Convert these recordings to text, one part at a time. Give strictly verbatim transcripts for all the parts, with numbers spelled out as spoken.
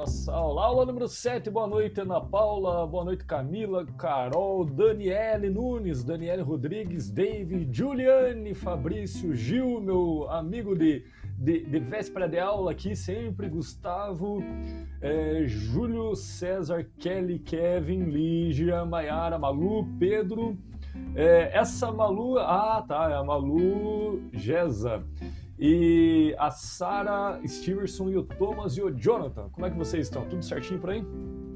Nossa aula, aula número sete, boa noite Ana Paula, boa noite Camila, Carol, Daniele Nunes, Daniele Rodrigues, Dave, Juliane, Fabrício, Gil, meu amigo de, de, de véspera de aula aqui sempre, Gustavo, é, Júlio, César, Kelly, Kevin, Lígia, Maiara, Malu, Pedro, é, essa Malu, ah tá, é a Malu Gesa. E a Sara, Stevenson e o Thomas e o Jonathan. Como é que vocês estão? Tudo certinho por aí?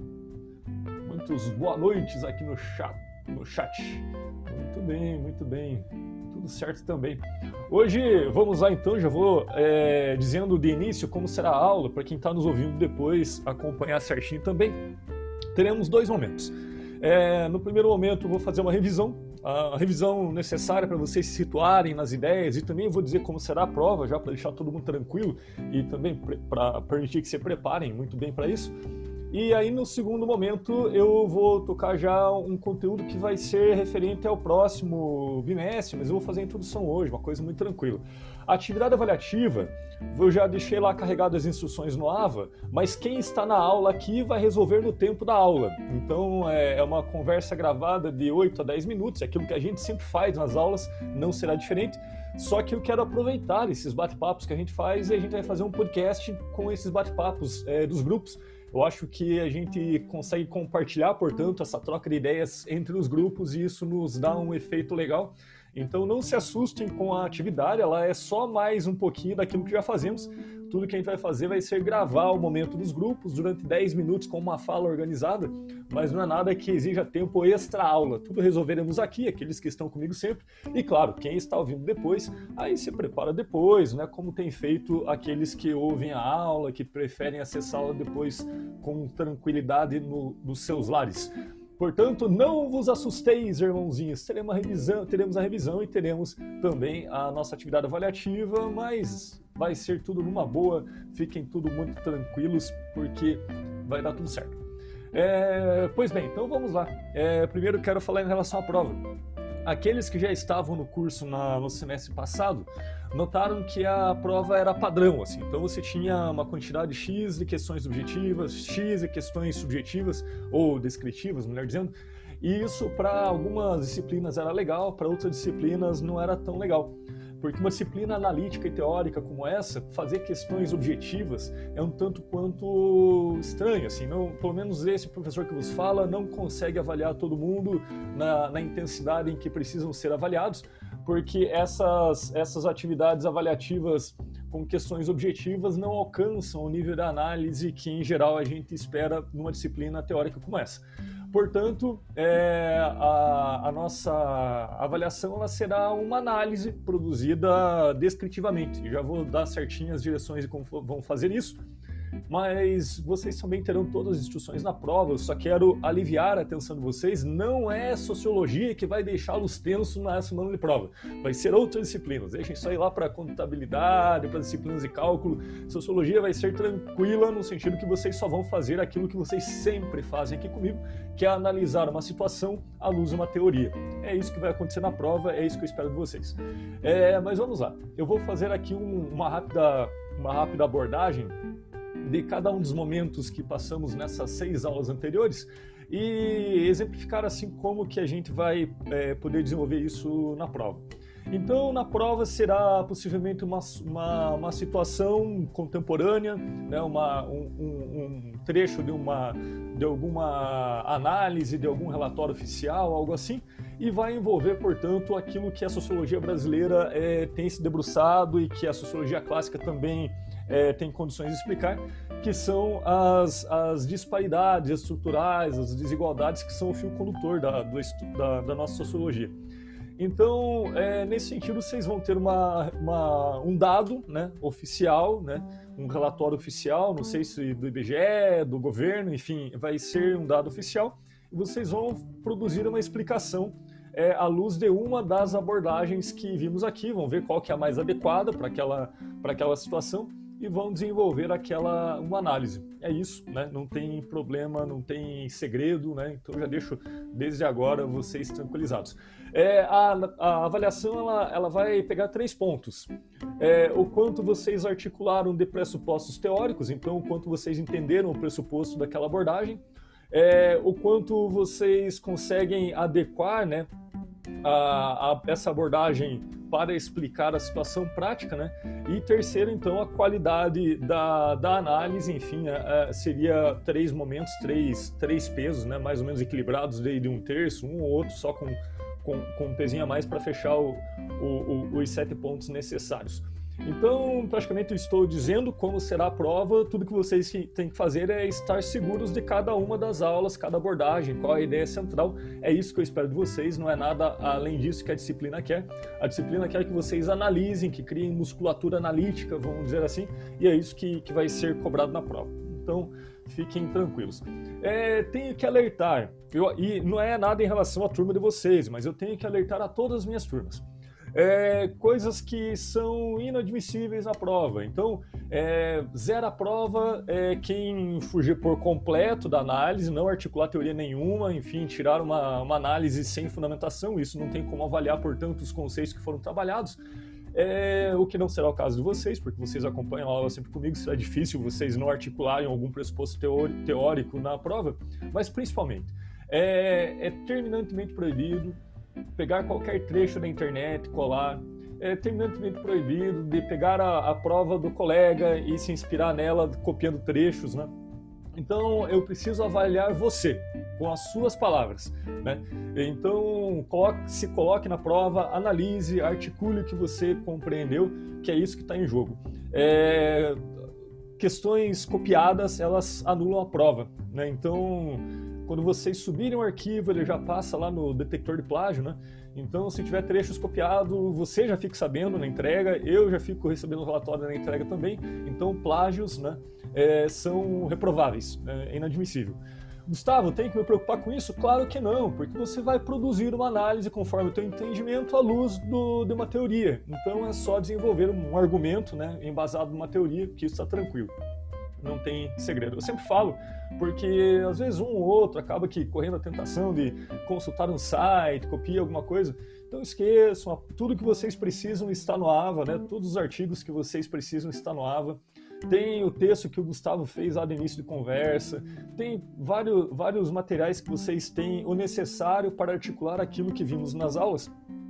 Muitos boa noites aqui no chat. No chat. Muito bem, muito bem. Tudo certo também. Hoje, vamos lá então, já vou é, dizendo de início como será a aula, para quem está nos ouvindo depois acompanhar certinho também. Teremos dois momentos. É, no primeiro momento, vou fazer uma revisão. A revisão necessária para vocês se situarem nas ideias, e também vou dizer como será a prova, já para deixar todo mundo tranquilo e também para permitir que se preparem muito bem para isso. E aí no segundo momento eu vou tocar já um conteúdo que vai ser referente ao próximo bimestre, mas eu vou fazer a introdução hoje, uma coisa muito tranquila. A atividade avaliativa, eu já deixei lá carregado as instruções no Ava, mas quem está na aula aqui vai resolver no tempo da aula. Então é uma conversa gravada de oito a dez minutos, é aquilo que a gente sempre faz nas aulas, não será diferente. Só que eu quero aproveitar esses bate-papos que a gente faz e a gente vai fazer um podcast com esses bate-papos é, dos grupos. Eu acho que a gente consegue compartilhar, portanto, essa troca de ideias entre os grupos e isso nos dá um efeito legal. Então não se assustem com a atividade, ela é só mais um pouquinho daquilo que já fazemos. Tudo que a gente vai fazer vai ser gravar o momento dos grupos durante dez minutos com uma fala organizada, mas não é nada que exija tempo extra aula. Tudo resolveremos aqui, aqueles que estão comigo sempre. E claro, quem está ouvindo depois, aí se prepara depois, né? Como tem feito aqueles que ouvem a aula, que preferem acessá-la depois com tranquilidade no, nos seus lares. Portanto, não vos assusteis, irmãozinhos, teremos, uma revisão, teremos a revisão e teremos também a nossa atividade avaliativa, mas vai ser tudo numa boa, fiquem tudo muito tranquilos, porque vai dar tudo certo. É, pois bem, então vamos lá. É, primeiro quero falar em relação à prova. Aqueles que já estavam no curso na, no semestre passado notaram que a prova era padrão, assim. Então você tinha uma quantidade X de questões objetivas, X de questões subjetivas ou descritivas, melhor dizendo. E isso para algumas disciplinas era legal, para outras disciplinas não era tão legal. Porque uma disciplina analítica e teórica como essa, fazer questões objetivas é um tanto quanto estranho, assim, não, pelo menos esse professor que vos fala não consegue avaliar todo mundo na, na intensidade em que precisam ser avaliados, porque essas, essas atividades avaliativas com questões objetivas não alcançam o nível de análise que, em geral, a gente espera numa disciplina teórica como essa. Portanto, é, a, a nossa avaliação ela será uma análise produzida descritivamente. Já vou dar certinho as direções de como vão fazer isso, mas vocês também terão todas as instruções na prova. Eu só quero aliviar a atenção de vocês. Não é sociologia que vai deixá-los tensos na semana de prova. Vai ser outras disciplinas. Deixem só ir lá para contabilidade, para disciplinas de cálculo. Sociologia vai ser tranquila no sentido que vocês só vão fazer aquilo que vocês sempre fazem aqui comigo, que é analisar uma situação à luz de uma teoria. É isso que vai acontecer na prova, é isso que eu espero de vocês. É, mas vamos lá. Eu vou fazer aqui um, uma, rápida, uma rápida abordagem de cada um dos momentos que passamos nessas seis aulas anteriores e exemplificar assim como que a gente vai é, poder desenvolver isso na prova. Então, na prova será possivelmente uma, uma, uma situação contemporânea, né, uma, um, um, um trecho de, uma, de alguma análise, de algum relatório oficial, algo assim, e vai envolver, portanto, aquilo que a sociologia brasileira é, tem se debruçado e que a sociologia clássica também É, tem condições de explicar, que são as, as disparidades estruturais, as desigualdades que são o fio condutor da, do, da, da nossa sociologia. Então, é, nesse sentido, vocês vão ter uma, uma, um dado, né, oficial, né, um relatório oficial, não sei se do I B G E, do governo, enfim, vai ser um dado oficial, e vocês vão produzir uma explicação É, à luz de uma das abordagens que vimos aqui, vão ver qual que é a mais adequada para aquela, para aquela situação, e vão desenvolver aquela uma análise. É isso, né? Não tem problema, não tem segredo, né? Então já deixo desde agora vocês tranquilizados. É, a, a avaliação ela, ela vai pegar três pontos. É, o quanto vocês articularam de pressupostos teóricos, então o quanto vocês entenderam o pressuposto daquela abordagem, é, o quanto vocês conseguem adequar, né, a, a essa abordagem para explicar a situação prática, né? E terceiro, então, a qualidade da, da análise, enfim, a, a, seria três momentos, três, três pesos, né? Mais ou menos equilibrados de, de um terço, um ou outro só com, com, com um pezinho a mais para fechar o, o, o, os sete pontos necessários. Então, praticamente eu estou dizendo como será a prova, tudo que vocês têm que fazer é estar seguros de cada uma das aulas, cada abordagem, qual a ideia central. É isso que eu espero de vocês, não é nada além disso que a disciplina quer. A disciplina quer que vocês analisem, que criem musculatura analítica, vamos dizer assim, e é isso que, que vai ser cobrado na prova. Então, fiquem tranquilos. É, tenho que alertar, eu, e não é nada em relação à turma de vocês, mas eu tenho que alertar a todas as minhas turmas. É, coisas que são inadmissíveis na prova. Então, é, zero a prova é quem fugir por completo da análise, não articular teoria nenhuma, enfim, tirar uma, uma análise sem fundamentação. Isso não tem como avaliar, portanto, os conceitos que foram trabalhados. É, o que não será o caso de vocês, porque vocês acompanham a aula sempre comigo, será difícil vocês não articularem algum pressuposto teórico na prova, mas principalmente, é, é terminantemente proibido pegar qualquer trecho da internet, colar. É terminantemente proibido de pegar a, a prova do colega e se inspirar nela copiando trechos, né? Então, eu preciso avaliar você, com as suas palavras, né? Então, coloque, se coloque na prova, analise, articule o que você compreendeu, que é isso que está em jogo. É, questões copiadas, elas anulam a prova, né? Então, quando vocês subirem o arquivo, ele já passa lá no detector de plágio, né? Então, se tiver trechos copiados, você já fica sabendo na entrega, eu já fico recebendo o relatório na entrega também. Então, plágios, né, é, são reprováveis, é inadmissível. Gustavo, tem que me preocupar com isso? Claro que não, porque você vai produzir uma análise conforme o teu entendimento à luz do, de uma teoria. Então, é só desenvolver um argumento, né, embasado numa teoria, que isso está tranquilo. Não tem segredo. Eu sempre falo, porque às vezes um ou outro acaba que correndo a tentação de consultar um site, copia alguma coisa. Então esqueçam, tudo que vocês precisam está no Ava, né? Todos os artigos que vocês precisam estão no Ava. Tem o texto que o Gustavo fez lá no início de conversa, tem vários, vários materiais que vocês têm o necessário para articular aquilo que vimos nas aulas.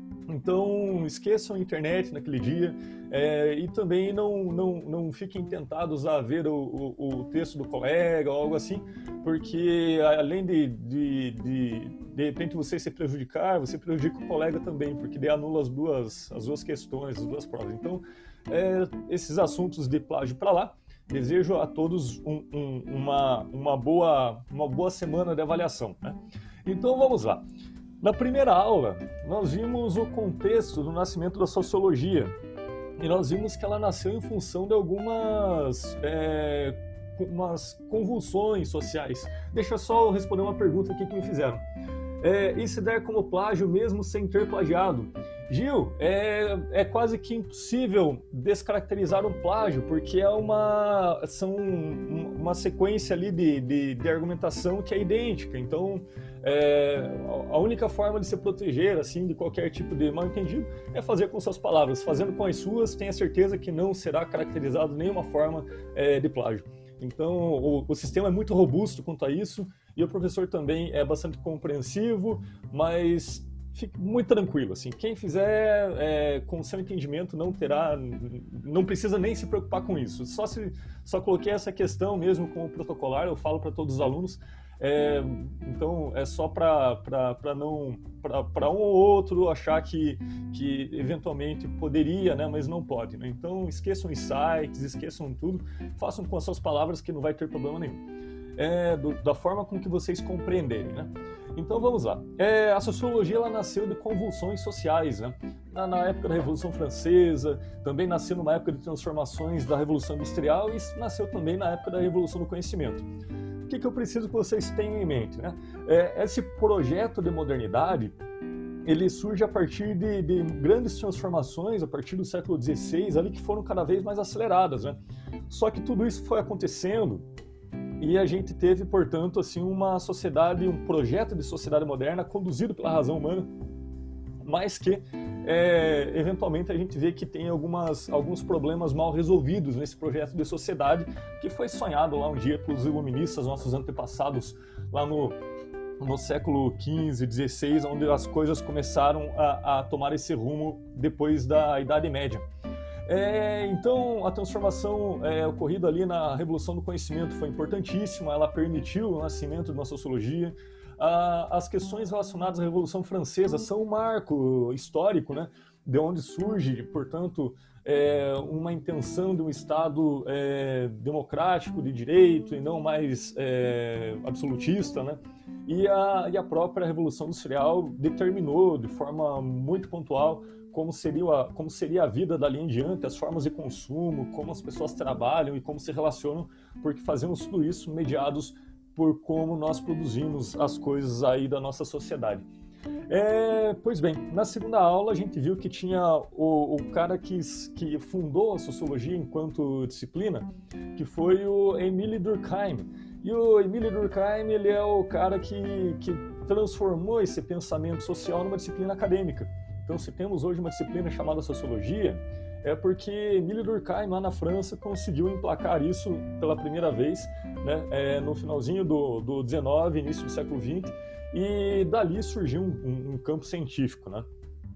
Então, esqueçam a internet naquele dia, é, e também não, não, não fiquem tentados a ver o, o, o texto do colega ou algo assim, porque além de, de, de, de repente você se prejudicar, você prejudica o colega também, porque daí anula as duas, as duas questões, as duas provas. Então, é, esses assuntos de plágio para lá. Desejo a todos um, um, uma, uma, boa, uma boa semana de avaliação, né? Então, vamos lá. Na primeira aula, nós vimos o contexto do nascimento da sociologia e nós vimos que ela nasceu em função de algumas é, umas convulsões sociais. Deixa eu só responder uma pergunta aqui que me fizeram. É, e se der como plágio mesmo sem ter plagiado? Gil, é, é quase que impossível descaracterizar um plágio, porque é uma, são uma sequência ali de, de, de argumentação que é idêntica. Então, é, a única forma de se proteger assim, de qualquer tipo de mal-entendido é fazer com suas palavras. Fazendo com as suas, tenha certeza que não será caracterizado nenhuma forma é, de plágio. Então, o, o sistema é muito robusto quanto a isso, e o professor também é bastante compreensivo, mas fique muito tranquilo, assim, quem fizer é, com seu entendimento não terá, não precisa nem se preocupar com isso. Só, se, só coloquei essa questão mesmo com o protocolar, eu falo para todos os alunos, é, então é só para não, para um ou outro achar que, que eventualmente poderia, né, mas não pode, né? Então esqueçam os sites, esqueçam tudo, façam com as suas palavras que não vai ter problema nenhum. É, do, da forma com que vocês compreenderem, né? Então vamos lá. É, a sociologia ela nasceu de convulsões sociais, né? Na, na época da Revolução Francesa, também nasceu numa época de transformações da Revolução Industrial e nasceu também na época da Revolução do Conhecimento. O que, que eu preciso que vocês tenham em mente, né? É, esse projeto de modernidade ele surge a partir de, de grandes transformações, a partir do século dezesseis, ali, que foram cada vez mais aceleradas, né? Só que tudo isso foi acontecendo e a gente teve, portanto, assim, uma sociedade, um projeto de sociedade moderna conduzido pela razão humana, mas que, é, eventualmente, a gente vê que tem algumas, alguns problemas mal resolvidos nesse projeto de sociedade que foi sonhado lá um dia pelos iluministas, nossos antepassados, lá no, no século quinze, dezesseis, onde as coisas começaram a, a tomar esse rumo depois da Idade Média. É, então, a transformação é, ocorrida ali na Revolução do Conhecimento foi importantíssima, ela permitiu o nascimento de uma sociologia. Ah, as questões relacionadas à Revolução Francesa são um marco histórico, né, de onde surge, portanto, é, uma intenção de um Estado é, democrático, de direito, e não mais é, absolutista, né? E a, e a própria Revolução Industrial determinou de forma muito pontual como seria, a, como seria a vida dali em diante, as formas de consumo, como as pessoas trabalham e como se relacionam, porque fazemos tudo isso mediados por como nós produzimos as coisas aí da nossa sociedade. É, pois bem, na segunda aula a gente viu que tinha o, o cara que, que fundou a sociologia enquanto disciplina, que foi o Émile Durkheim. E o Émile Durkheim, ele é o cara que, que transformou esse pensamento social numa disciplina acadêmica. Então, se temos hoje uma disciplina chamada sociologia, é porque Émile Durkheim, lá na França, conseguiu emplacar isso pela primeira vez, né, é, no finalzinho do, do dezenove, início do século vinte, e dali surgiu um, um, um campo científico, né?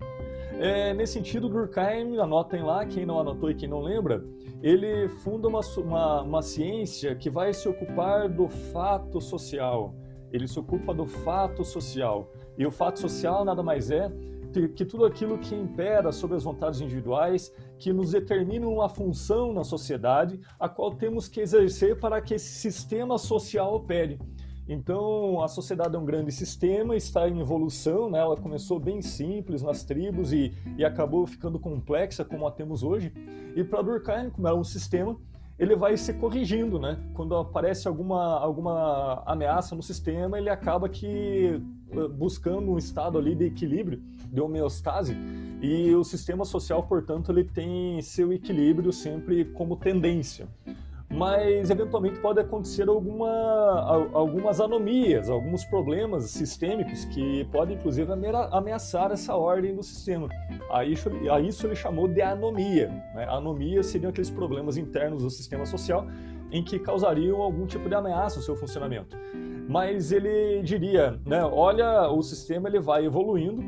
É, nesse sentido, Durkheim, anotem lá, quem não anotou e quem não lembra, ele funda uma, uma, uma ciência que vai se ocupar do fato social. Ele se ocupa do fato social. E o fato social nada mais é que tudo aquilo que impera sobre as vontades individuais, que nos determina uma função na sociedade, a qual temos que exercer para que esse sistema social opere. Então, a sociedade é um grande sistema, está em evolução, né? Ela começou bem simples nas tribos e, e acabou ficando complexa como a temos hoje. E para Durkheim, como é um sistema, ele vai se corrigindo, né? Quando aparece alguma, alguma ameaça no sistema, ele acaba que buscando um estado ali de equilíbrio, de homeostase, e o sistema social, portanto, ele tem seu equilíbrio sempre como tendência. Mas, eventualmente, pode acontecer alguma, algumas anomias, alguns problemas sistêmicos que podem, inclusive, ameaçar essa ordem do sistema. A isso, a isso ele chamou de anomia, né? Anomia seriam aqueles problemas internos do sistema social em que causariam algum tipo de ameaça ao seu funcionamento. Mas ele diria, né, olha, o sistema ele vai evoluindo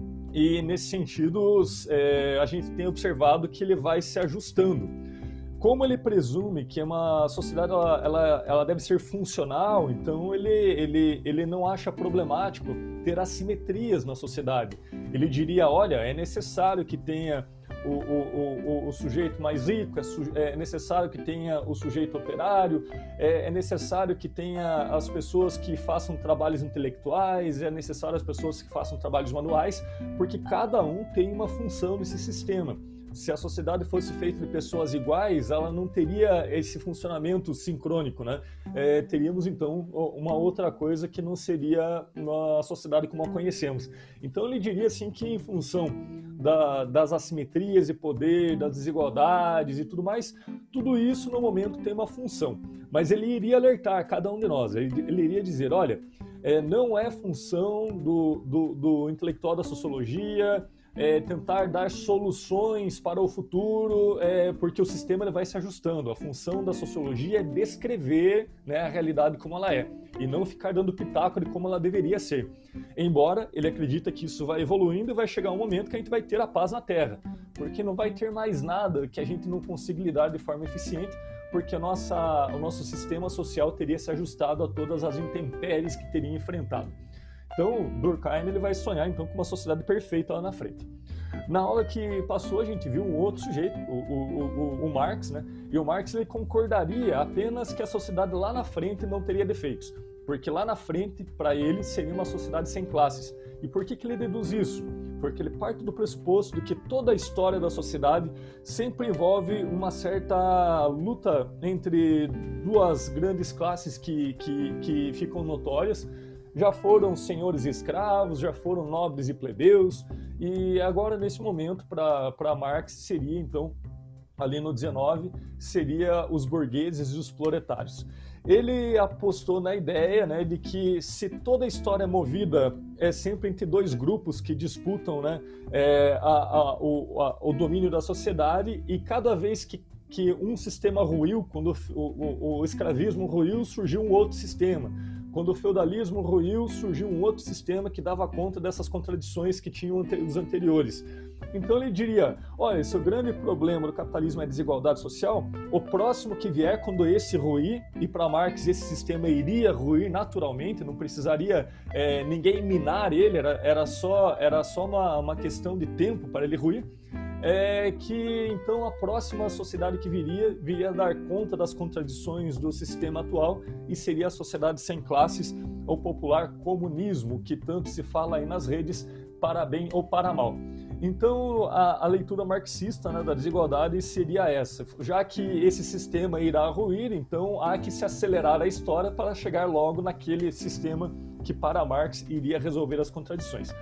e, nesse sentido, é, a gente tem observado que ele vai se ajustando. Como ele presume que uma sociedade ela, ela, ela deve ser funcional, então ele, ele, ele não acha problemático ter assimetrias na sociedade. Ele diria, olha, é necessário que tenha o, o, o, o sujeito mais rico, é, su, é necessário que tenha o sujeito operário, é, é necessário que tenha as pessoas que façam trabalhos intelectuais, é necessário as pessoas que façam trabalhos manuais, porque cada um tem uma função nesse sistema. Se a sociedade fosse feita de pessoas iguais, ela não teria esse funcionamento sincrônico, né? É, teríamos, então, uma outra coisa que não seria uma sociedade como a conhecemos. Então, ele diria, assim, que em função da, das assimetrias de poder, das desigualdades e tudo mais, tudo isso, no momento, tem uma função. Mas ele iria alertar cada um de nós, ele, ele iria dizer, olha, é, não é função do, do, do intelectual da sociologia É, tentar dar soluções para o futuro, é, porque o sistema ele vai se ajustando. A função da sociologia é descrever, né, a realidade como ela é, e não ficar dando pitaco de como ela deveria ser. Embora ele acredita que isso vai evoluindo e vai chegar um momento que a gente vai ter a paz na Terra, porque não vai ter mais nada que a gente não consiga lidar de forma eficiente, porque a nossa, o nosso sistema social teria se ajustado a todas as intempéries que teria enfrentado. Então, Durkheim ele vai sonhar então com uma sociedade perfeita lá na frente. Na aula que passou, a gente viu um outro sujeito, o, o, o, o Marx, né? E o Marx ele concordaria apenas que a sociedade lá na frente não teria defeitos, porque lá na frente, para ele, seria uma sociedade sem classes. E por que que ele deduz isso? Porque ele parte do pressuposto de que toda a história da sociedade sempre envolve uma certa luta entre duas grandes classes que, que, que ficam notórias, já foram senhores e escravos, já foram nobres e plebeus, e agora, nesse momento, para Marx, seria, então, ali no dezenove, seria os burgueses e os proletários. Ele apostou na ideia, né, de que se toda a história é movida é sempre entre dois grupos que disputam, né, é, a, a, o, a, o domínio da sociedade, e cada vez que, que um sistema ruiu, quando o, o, o escravismo ruiu, surgiu um outro sistema. Quando o feudalismo ruiu, surgiu um outro sistema que dava conta dessas contradições que tinham os anteriores. Então ele diria, olha, esse é o grande problema do capitalismo é a desigualdade social, o próximo que vier quando esse ruir, e para Marx esse sistema iria ruir naturalmente, não precisaria é, ninguém minar ele, era, era só, era só uma, uma questão de tempo para ele ruir, é que então a próxima sociedade que viria, viria a dar conta das contradições do sistema atual e seria a sociedade sem classes, ou popular comunismo, que tanto se fala aí nas redes, para bem ou para mal. Então, a, a leitura marxista, né, da desigualdade seria essa. Já que esse sistema irá ruir, então há que se acelerar a história para chegar logo naquele sistema que, para Marx, iria resolver as contradições.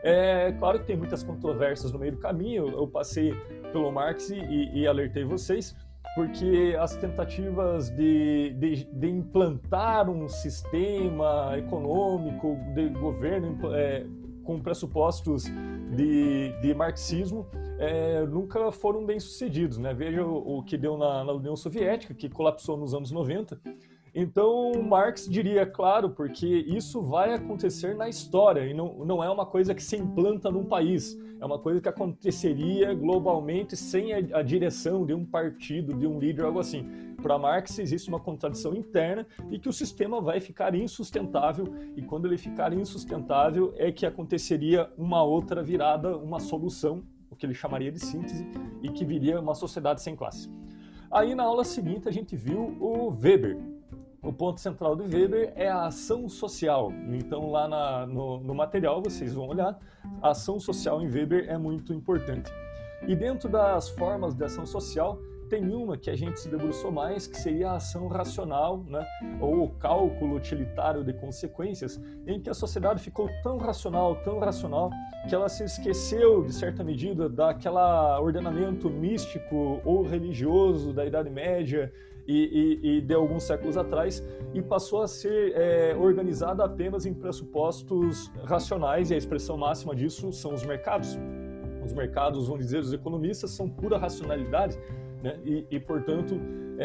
É claro que tem muitas controvérsias no meio do caminho, eu passei pelo Marx e, e alertei vocês, porque as tentativas de, de, de implantar um sistema econômico de governo é, com pressupostos de, de marxismo é, nunca foram bem sucedidos, né? Veja o, o que deu na, na União Soviética, que colapsou nos anos noventa. Então, Marx diria, claro, porque isso vai acontecer na história e não, não é uma coisa que se implanta num país, é uma coisa que aconteceria globalmente sem a, a direção de um partido, de um líder, algo assim. Para Marx existe uma contradição interna e que o sistema vai ficar insustentável, e quando ele ficar insustentável é que aconteceria uma outra virada, uma solução, o que ele chamaria de síntese, e que viria uma sociedade sem classe. Aí na aula seguinte a gente viu o Weber. O ponto central do Weber é a ação social. Então, lá na, no, no material, vocês vão olhar, a ação social em Weber é muito importante. E dentro das formas de ação social, tem uma que a gente se debruçou mais, que seria a ação racional, né? Ou o cálculo utilitário de consequências, em que a sociedade ficou tão racional, tão racional, que ela se esqueceu, de certa medida, daquele ordenamento místico ou religioso da Idade Média, E, e, e de alguns séculos atrás, e passou a ser é, organizada apenas em pressupostos racionais, e a expressão máxima disso são os mercados. Os mercados, vamos dizer, os economistas, são pura racionalidade, né? e, e, portanto,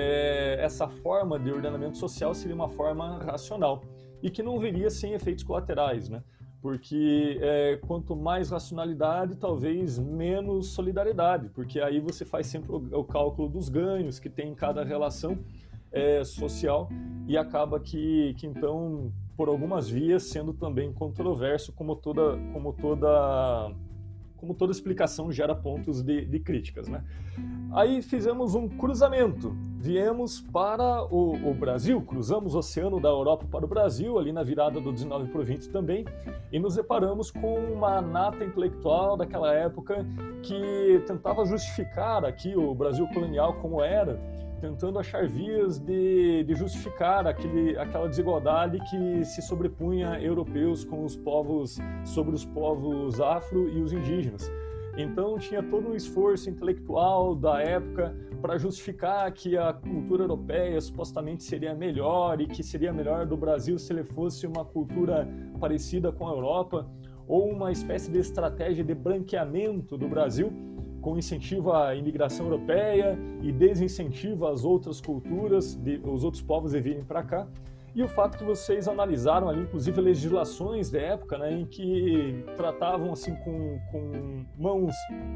é, essa forma de ordenamento social seria uma forma racional, e que não viria sem efeitos colaterais, né? Porque é, quanto mais racionalidade, talvez menos solidariedade, porque aí você faz sempre o, o cálculo dos ganhos que tem em cada relação é, social, e acaba que, que, então, por algumas vias, sendo também controverso, como toda, como toda, como toda explicação gera pontos de, de críticas, né? Aí fizemos um cruzamento, viemos para o, o Brasil, cruzamos o oceano da Europa para o Brasil, ali na virada do dezenove para o vinte também, e nos deparamos com uma nata intelectual daquela época que tentava justificar aqui o Brasil colonial como era, tentando achar vias de, de justificar aquele, aquela desigualdade que se sobrepunha europeus com os povos, sobre os povos afro e os indígenas. Então tinha todo um esforço intelectual da época para justificar que a cultura europeia supostamente seria melhor, e que seria melhor do Brasil se ele fosse uma cultura parecida com a Europa, ou uma espécie de estratégia de branqueamento do Brasil, com incentivo à imigração europeia e desincentivo às outras culturas, de, os outros povos de virem para cá. E o fato que vocês analisaram ali, inclusive, legislações da época, né, em que tratavam assim com, com mãos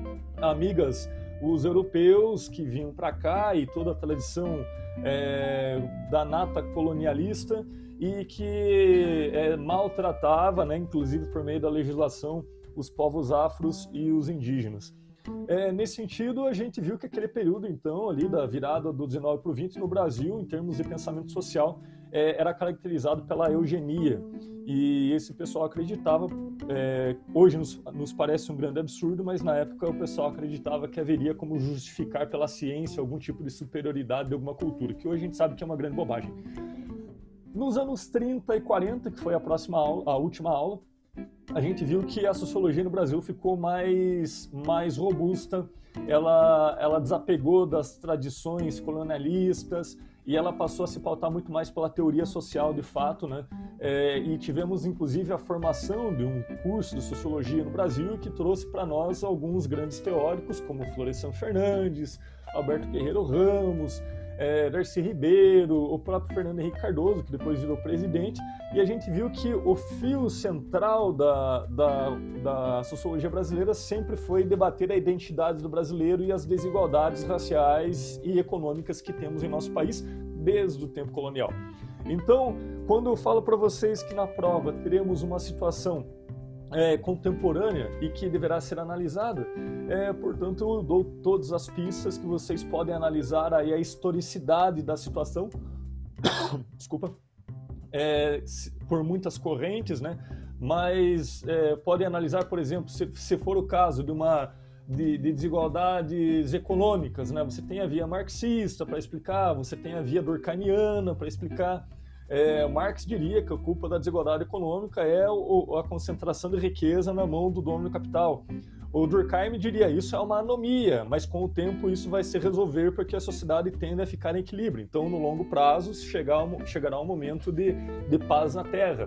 amigas os europeus que vinham para cá, e toda a tradição é, da nata colonialista, e que é, maltratava, né, inclusive por meio da legislação, os povos afros e os indígenas. É, nesse sentido, a gente viu que aquele período, então, ali da virada do dezenove para o vinte no Brasil, em termos de pensamento social, é, era caracterizado pela eugenia. E esse pessoal acreditava, é, hoje nos, nos parece um grande absurdo, mas na época o pessoal acreditava que haveria como justificar pela ciência algum tipo de superioridade de alguma cultura, que hoje a gente sabe que é uma grande bobagem. Nos anos trinta e quarenta, que foi a próxima aula, a última aula, a gente viu que a sociologia no Brasil ficou mais, mais robusta, ela, ela desapegou das tradições colonialistas e ela passou a se pautar muito mais pela teoria social de fato, né? É, e tivemos inclusive a formação de um curso de sociologia no Brasil que trouxe para nós alguns grandes teóricos como Florestan Fernandes, Alberto Guerreiro Ramos, É, Darcy Ribeiro, o próprio Fernando Henrique Cardoso, que depois virou presidente, e a gente viu que o fio central da, da, da sociologia brasileira sempre foi debater a identidade do brasileiro e as desigualdades raciais e econômicas que temos em nosso país desde o tempo colonial. Então, quando eu falo para vocês que na prova teremos uma situação É, contemporânea e que deverá ser analisada, é, portanto eu dou todas as pistas que vocês podem analisar aí a historicidade da situação, desculpa, é, por muitas correntes, né? Mas é, podem analisar, por exemplo, se, se for o caso de uma de, de desigualdades econômicas, né? Você tem a via marxista para explicar, você tem a via durkheimiana para explicar. É, Marx diria que a culpa da desigualdade econômica é o, a concentração de riqueza na mão do dono do capital. O Durkheim diria isso é uma anomia, mas com o tempo isso vai se resolver porque a sociedade tende a ficar em equilíbrio. Então, no longo prazo, chegar, chegará um momento de, de paz na Terra.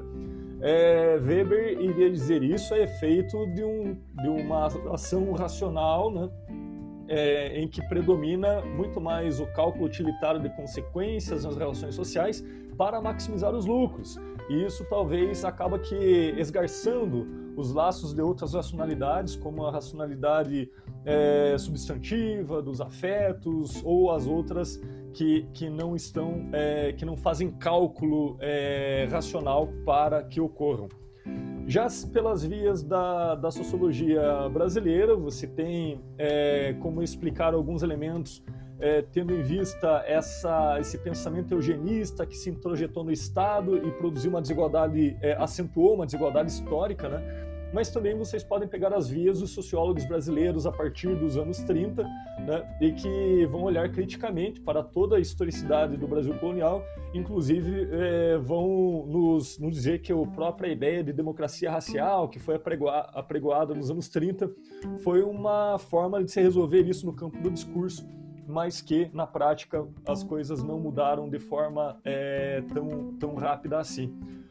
É, Weber iria dizer isso a efeito de, um, de uma ação racional, né? É, em que predomina muito mais o cálculo utilitário de consequências nas relações sociais para maximizar os lucros. E isso talvez acaba que esgarçando os laços de outras racionalidades, como a racionalidade é, substantiva, dos afetos, ou as outras que, que não estão, é, que não fazem cálculo é, racional para que ocorram. Já pelas vias da, da sociologia brasileira, você tem é, como explicar alguns elementos, é, tendo em vista essa, esse pensamento eugenista que se introjetou no Estado e produziu uma desigualdade, é, acentuou uma desigualdade histórica, né? Mas também vocês podem pegar as vias dos sociólogos brasileiros a partir dos anos trinta, né, e que vão olhar criticamente para toda a historicidade do Brasil colonial, inclusive é, vão nos, nos dizer que a própria ideia de democracia racial, que foi apregoa, apregoada nos anos trinta, foi uma forma de se resolver isso no campo do discurso, mas que, na prática, as coisas não mudaram de forma é, tão, tão rápida assim.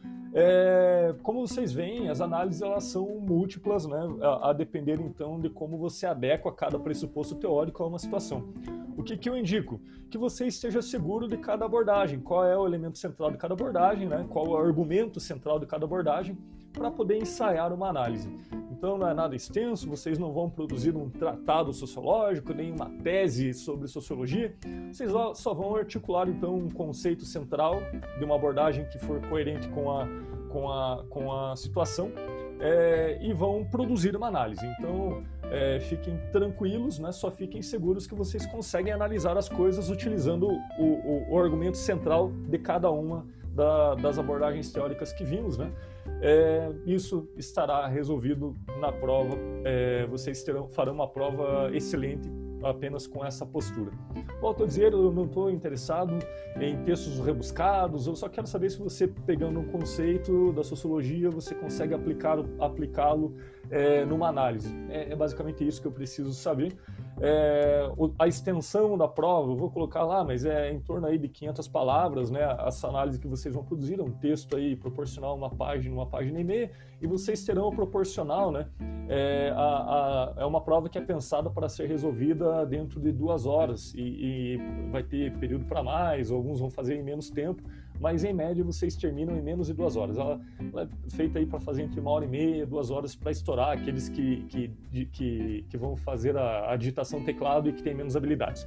É, como vocês veem, as análises elas são múltiplas, né, a, a depender então de como você adequa cada pressuposto teórico a uma situação. O que, que eu indico? Que você esteja seguro de cada abordagem, qual é o elemento central de cada abordagem, né, qual é o argumento central de cada abordagem, para poder ensaiar uma análise. Então não é nada extenso, vocês não vão produzir um tratado sociológico, nem uma tese sobre sociologia, vocês só vão articular então um conceito central de uma abordagem que for coerente com a, com a, com a situação é, e vão produzir uma análise. Então é, fiquem tranquilos, né? Só fiquem seguros que vocês conseguem analisar as coisas utilizando o, o, o argumento central de cada uma da, das abordagens teóricas que vimos, né? É, isso estará resolvido na prova, é, vocês terão, farão uma prova excelente apenas com essa postura. Volto a dizer, eu não estou interessado em textos rebuscados, eu só quero saber se você, pegando um conceito da sociologia, você consegue aplicá-lo aplicá-lo é, numa análise. É, é basicamente isso que eu preciso saber. É, a extensão da prova, eu vou colocar lá, mas é em torno aí de quinhentas palavras, né? Essa análise que vocês vão produzir é um texto aí proporcional a uma página, uma página e meia, e vocês terão o proporcional, né? É, a, a, é uma prova que é pensada para ser resolvida dentro de duas horas e, e vai ter período para mais, alguns vão fazer em menos tempo, mas em média vocês terminam em menos de duas horas. Ela, ela é feita aí para fazer entre uma hora e meia, duas horas para estourar aqueles que, que, que, que vão fazer a, a digitação teclado e que têm menos habilidades.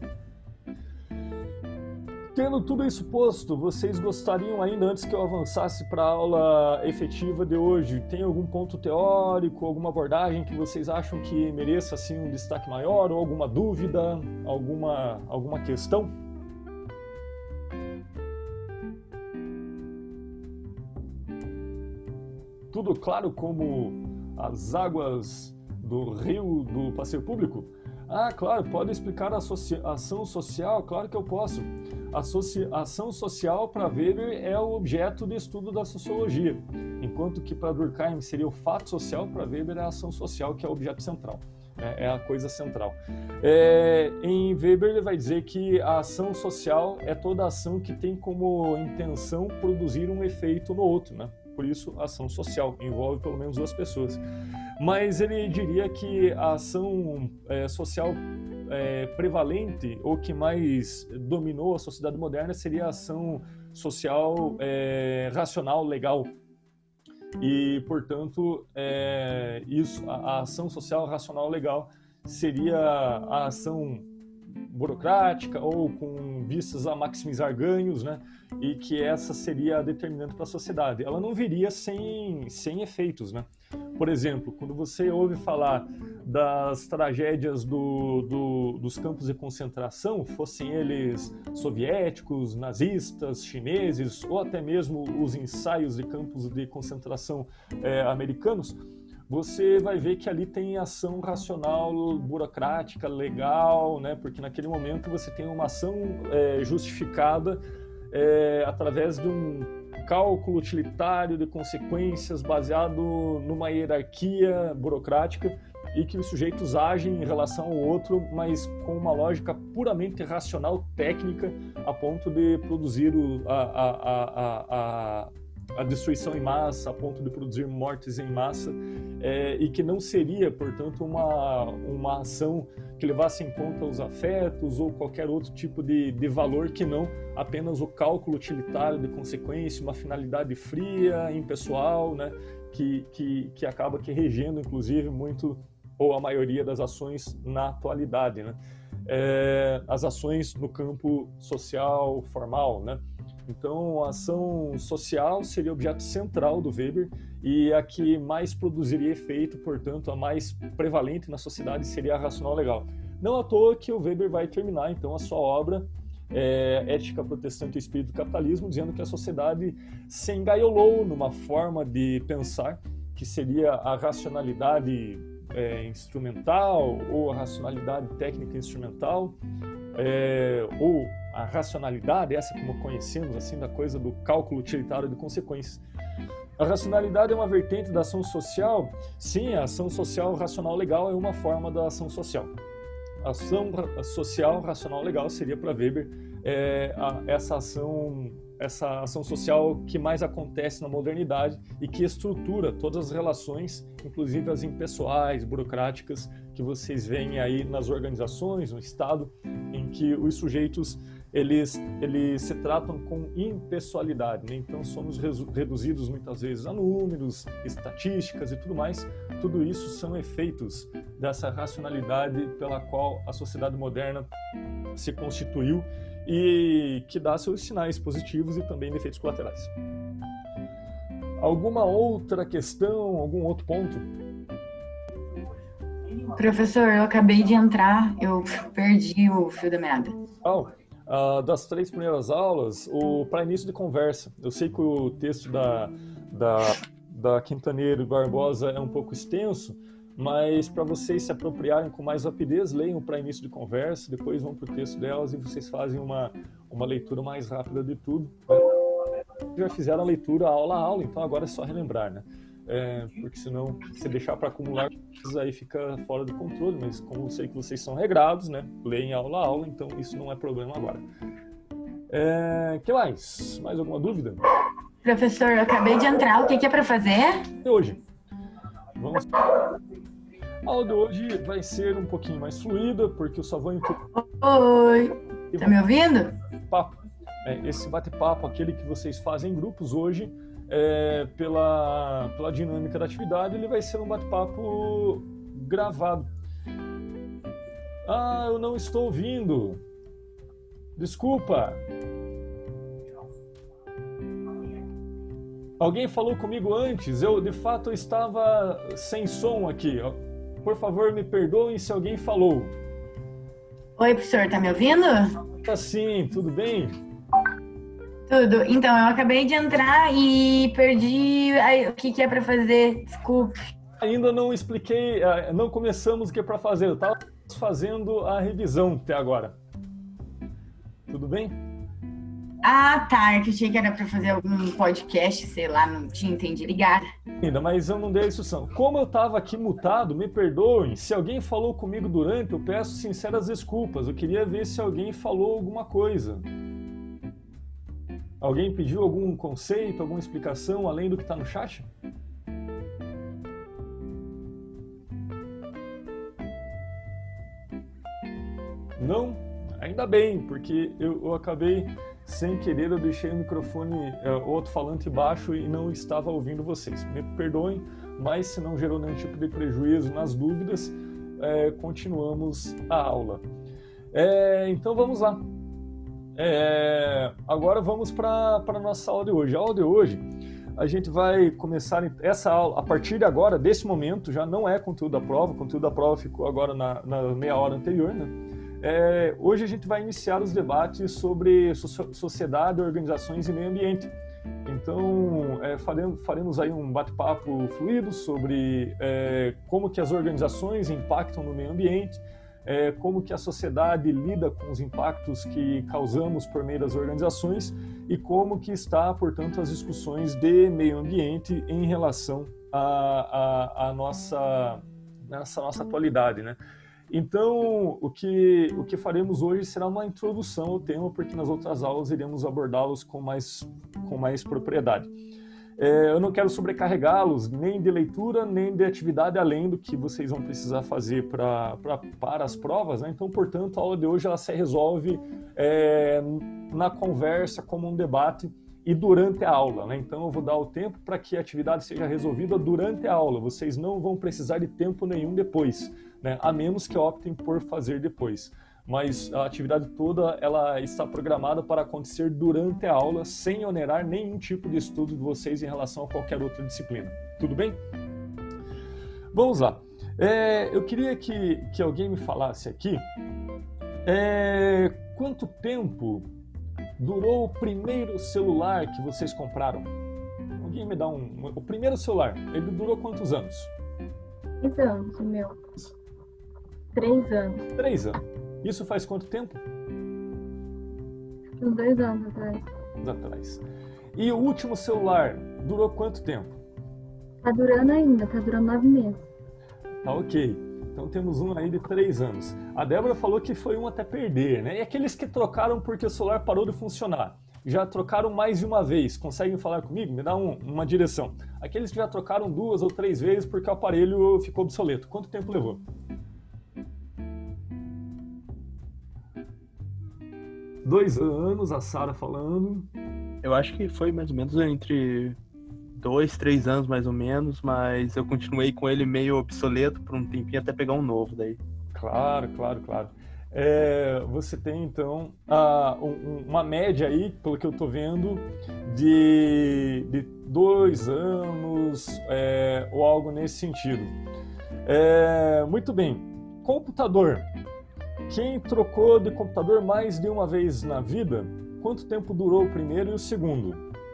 Tendo tudo isso posto, vocês gostariam ainda, antes que eu avançasse para a aula efetiva de hoje, tem algum ponto teórico, alguma abordagem que vocês acham que mereça assim, um destaque maior, ou alguma dúvida, alguma, alguma questão? Tudo claro como as águas do rio do passeio público? Ah, claro, pode explicar a associa- ação social? Claro que eu posso. A associa- ação social para Weber é o objeto de estudo da sociologia, enquanto que para Durkheim seria o fato social, para Weber é a ação social que é o objeto central, né? É a coisa central. É, em Weber ele vai dizer que a ação social é toda ação que tem como intenção produzir um efeito no outro, né? Por isso, ação social envolve pelo menos duas pessoas. Mas ele diria que a ação é, social é, prevalente, ou que mais dominou a sociedade moderna, seria a ação social é, racional, legal. E, portanto, é, isso, a, a ação social racional legal seria a ação burocrática ou com vistas a maximizar ganhos, né? E que essa seria a determinante para a sociedade. Ela não viria sem, sem efeitos, né? Por exemplo, quando você ouve falar das tragédias do, do, dos campos de concentração, fossem eles soviéticos, nazistas, chineses, ou até mesmo os ensaios de campos de concentração é, americanos, você vai ver que ali tem ação racional, burocrática, legal, né? Porque naquele momento você tem uma ação é, justificada é, através de um cálculo utilitário de consequências baseado numa hierarquia burocrática e que os sujeitos agem em relação ao outro, mas com uma lógica puramente racional, técnica, a ponto de produzir o, a, a, a, a, a destruição em massa, a ponto de produzir mortes em massa, é, e que não seria, portanto, uma, uma ação que levasse em conta os afetos ou qualquer outro tipo de, de valor que não apenas o cálculo utilitário de consequência, uma finalidade fria, impessoal, né, que, que, que acaba que regendo, inclusive, muito ou a maioria das ações na atualidade, né? É, as ações no campo social formal, né? Então, a ação social seria o objeto central do Weber e a que mais produziria efeito, portanto, a mais prevalente na sociedade seria a racional legal. Não à toa que o Weber vai terminar, então, a sua obra é, Ética Protestante e Espírito do Capitalismo, dizendo que a sociedade se engaiolou numa forma de pensar que seria a racionalidade é, instrumental ou a racionalidade técnica instrumental, é, ou a racionalidade, essa como conhecemos, assim, da coisa do cálculo utilitário de consequências. A racionalidade é uma vertente da ação social? Sim, a ação social racional legal é uma forma da ação social. A ação social racional legal seria, para Weber, é, a, essa ação essa ação social que mais acontece na modernidade e que estrutura todas as relações, inclusive as impessoais, burocráticas, que vocês veem aí nas organizações, no Estado, em que os sujeitos eles, eles se tratam com impessoalidade, né? Então somos reduzidos muitas vezes a números, estatísticas e tudo mais. Tudo isso são efeitos dessa racionalidade pela qual a sociedade moderna se constituiu e que dá seus sinais positivos e também efeitos colaterais. Alguma outra questão, algum outro ponto? Professor, eu acabei de entrar, eu perdi o fio da meada. Oh, uh, das três primeiras aulas, o para início de conversa. Eu sei que o texto da, da, da Quintaneiro e Barbosa é um pouco extenso, mas para vocês se apropriarem com mais rapidez, leiam para início de conversa, depois vão para o texto delas e vocês fazem uma, uma leitura mais rápida de tudo. Já fizeram a leitura aula a aula, então agora é só relembrar, né? É, porque senão, se deixar para acumular, aí fica fora do controle, mas como eu sei que vocês são regrados, né? Leem aula a aula, então isso não é problema agora. É, que mais? Mais alguma dúvida? Professor, eu acabei de entrar, o que, que é para fazer? E hoje? Vamos... A aula de hoje vai ser um pouquinho mais fluida, porque eu só vou... Oi, tá me ouvindo? Papo. É, esse bate-papo, aquele que vocês fazem em grupos hoje, é, pela, pela dinâmica da atividade, ele vai ser um bate-papo gravado. Ah, eu não estou ouvindo. Desculpa. Alguém falou comigo antes, eu de fato estava sem som aqui. Por favor, me perdoem se alguém falou. Oi, professor, tá me ouvindo? Tá sim, tudo bem? Tudo. Então, eu acabei de entrar e perdi aí, o que, que é para fazer, desculpe. Ainda não expliquei, não começamos o que é para fazer, eu estava fazendo a revisão até agora. Tudo bem? Ah, tá. É que eu achei que era para fazer algum podcast, sei lá, não tinha entendido. Ligada. Ainda, mas eu não dei a instrução. Como eu estava aqui mutado, me perdoem. Se alguém falou comigo durante, eu peço sinceras desculpas. Eu queria ver se alguém falou alguma coisa. Alguém pediu algum conceito, alguma explicação além do que está no chat? Não? Ainda bem, porque eu, eu acabei, sem querer, eu deixei o microfone, é, o alto-falante baixo e não estava ouvindo vocês. Me perdoem, mas se não gerou nenhum tipo de prejuízo nas dúvidas, é, continuamos a aula. É, então vamos lá. É, agora vamos para a nossa aula de hoje. A aula de hoje, a gente vai começar essa aula, a partir de agora, desse momento, já não é conteúdo da prova, o conteúdo da prova ficou agora na, na meia hora anterior, né? É, hoje a gente vai iniciar os debates sobre so sociedade, organizações e meio ambiente. Então, é, faremos, faremos aí um bate-papo fluido sobre é, como que as organizações impactam no meio ambiente, é, como que a sociedade lida com os impactos que causamos por meio das organizações e como que está, portanto, as discussões de meio ambiente em relação à, à, à nossa, nessa nossa atualidade, né? Então, o que, o que faremos hoje será uma introdução ao tema, porque nas outras aulas iremos abordá-los com mais, com mais propriedade. É, eu não quero sobrecarregá-los nem de leitura, nem de atividade além do que vocês vão precisar fazer pra, pra, para as provas, né? Então, portanto, a aula de hoje ela se resolve é, na conversa, como um debate, e durante a aula, né? Então eu vou dar o tempo para que a atividade seja resolvida durante a aula. Vocês não vão precisar de tempo nenhum depois, né? A menos que optem por fazer depois. Mas a atividade toda ela está programada para acontecer durante a aula, sem onerar nenhum tipo de estudo de vocês em relação a qualquer outra disciplina. Tudo bem? Vamos lá. É, eu queria que, que alguém me falasse aqui é, quanto tempo durou o primeiro celular que vocês compraram? Alguém me dá um... O primeiro celular, ele durou quantos anos? Três anos, meu. Três anos. Três anos. Isso faz quanto tempo? Uns dois anos atrás. Anos atrás. E o último celular durou quanto tempo? Tá durando ainda, tá durando nove meses. Tá ok. Então temos um aí de três anos. A Débora falou que foi um até perder, né? E aqueles que trocaram porque o celular parou de funcionar? Já trocaram mais de uma vez? Conseguem falar comigo? Me dá um, uma direção. Aqueles que já trocaram duas ou três vezes porque o aparelho ficou obsoleto. Quanto tempo levou? Dois anos, a Sara falando. Eu acho que foi mais ou menos entre dois, três anos mais ou menos, mas eu continuei com ele meio obsoleto por um tempinho até pegar um novo daí. Claro, claro, claro. É, você tem então a, um, uma média aí, pelo que eu estou vendo, de, de dois anos é, ou algo nesse sentido. É, muito bem. Computador. Quem trocou de computador mais de uma vez na vida, quanto tempo durou o primeiro e o segundo?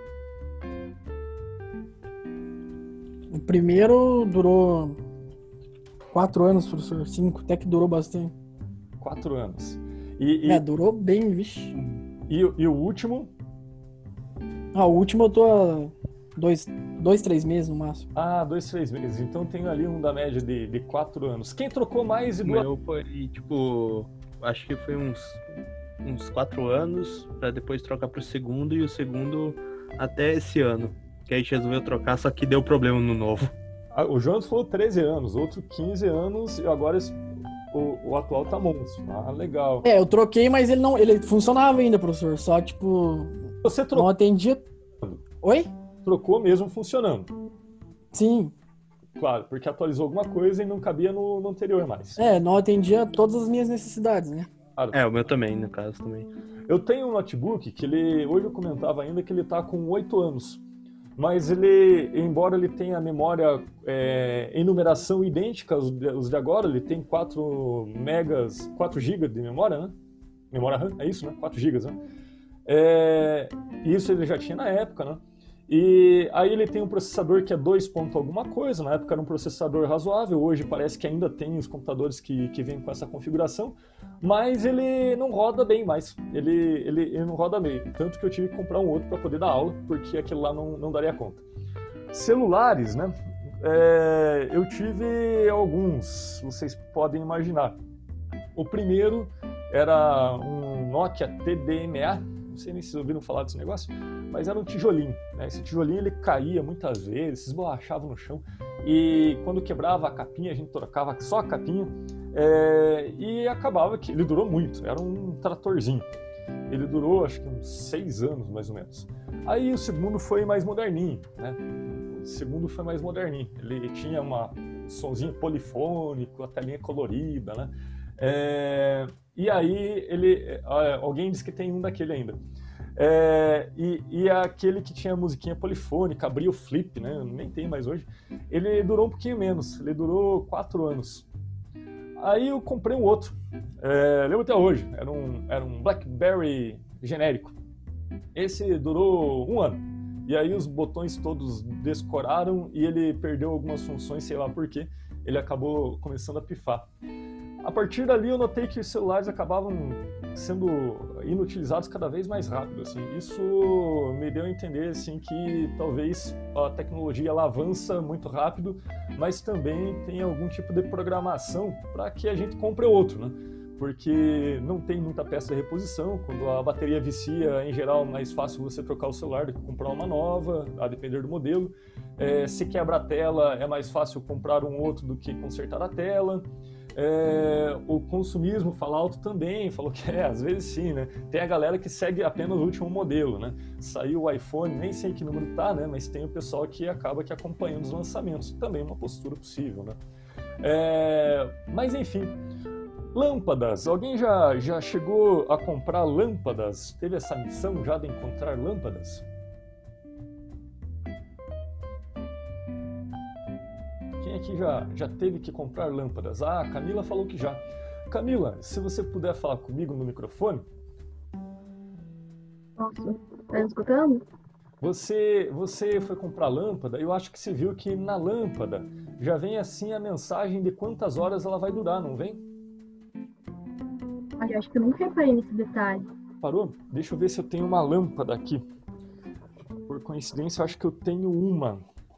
O primeiro durou quatro anos, professor. Cinco, até que durou bastante. Quatro anos. E, e, É, durou bem, vixe. e, e o último? Ah, o último eu tô há dois, dois, três meses no máximo. Ah, dois, três meses. Então tem ali um da média de, de quatro anos. Quem trocou mais de O duas... meu foi, tipo, acho que foi uns, uns quatro anos pra depois trocar pro segundo, e o segundo até esse ano. Que a gente resolveu trocar, só que deu problema no novo. Ah, o Jonas falou treze anos, outro quinze anos e agora esse- o, o atual tá monstro. Ah, legal. É, eu troquei, mas ele não, ele funcionava ainda, professor. Só, tipo, Você não trocou, atendia... Oi? trocou mesmo funcionando. Sim. Claro, porque atualizou alguma coisa e não cabia no, no anterior mais. É, não atendia todas as minhas necessidades, né? Claro. É, o meu também, no caso, também. Eu tenho um notebook que ele, hoje eu comentava ainda que ele tá com oito anos. Mas ele, embora ele tenha a memória é, em numeração idêntica aos de, os de agora, ele tem quatro megas, quatro gigas de memória, né? Memória RAM, é isso, né? quatro gigas, né? É, isso ele já tinha na época, né? E aí ele tem um processador que é dois ponto alguma coisa, na época era um processador razoável, hoje parece que ainda tem os computadores que, que vêm com essa configuração, mas ele não roda bem mais, ele, ele, ele não roda bem, tanto que eu tive que comprar um outro para poder dar aula, porque aquele lá não, não daria conta. Celulares, né? É, eu tive alguns, vocês podem imaginar. O primeiro era um Nokia T D M A, não sei nem se vocês ouviram falar desse negócio, mas era um tijolinho, né? Esse tijolinho ele caía muitas vezes, se esborrachava no chão, e quando quebrava a capinha, a gente trocava só a capinha, é, e acabava que ele durou muito, era um tratorzinho. Ele durou acho que uns seis anos, mais ou menos. Aí o segundo foi mais moderninho, né? O segundo foi mais moderninho. Ele tinha uma, um sonzinho polifônico, a telinha colorida, né? É, e aí ele, alguém disse que tem um daquele ainda. É, e, e aquele que tinha musiquinha polifônica, abria o flip, né? Nem tem mais hoje. Ele durou um pouquinho menos, ele durou quatro anos. Aí eu comprei um outro, é, lembro até hoje, era um, era um BlackBerry genérico. Esse durou um ano. E aí os botões todos descoraram e ele perdeu algumas funções, sei lá por quê. Ele acabou começando a pifar. A partir dali eu notei que os celulares acabavam sendo inutilizados cada vez mais rápido. Assim. Isso me deu a entender assim, que talvez a tecnologia ela avança muito rápido, mas também tem algum tipo de programação para que a gente compre outro, né? Porque não tem muita peça de reposição. Quando a bateria vicia, em geral, é mais fácil você trocar o celular do que comprar uma nova, a depender do modelo. É, se quebra a tela, é mais fácil comprar um outro do que consertar a tela. É, o consumismo fala alto também, falou que é, às vezes sim, né? Tem a galera que segue apenas o último modelo, né? Saiu o iPhone, nem sei que número tá, né? Mas tem o pessoal que acaba que acompanhando os lançamentos, também uma postura possível, né? É, mas enfim, lâmpadas, alguém já, já chegou a comprar lâmpadas? Teve essa missão já de encontrar lâmpadas? Quem aqui já, já teve que comprar lâmpadas? Ah, a Camila falou que já. Camila, se você puder falar comigo no microfone. Nossa, tá me escutando? Você, você foi comprar lâmpada, eu acho que você viu que na lâmpada já vem assim a mensagem de quantas horas ela vai durar, não vem? Ah, eu acho que eu nunca reparei nesse detalhe. Parou? Deixa eu ver se eu tenho uma lâmpada aqui. Por coincidência, eu acho que eu tenho uma.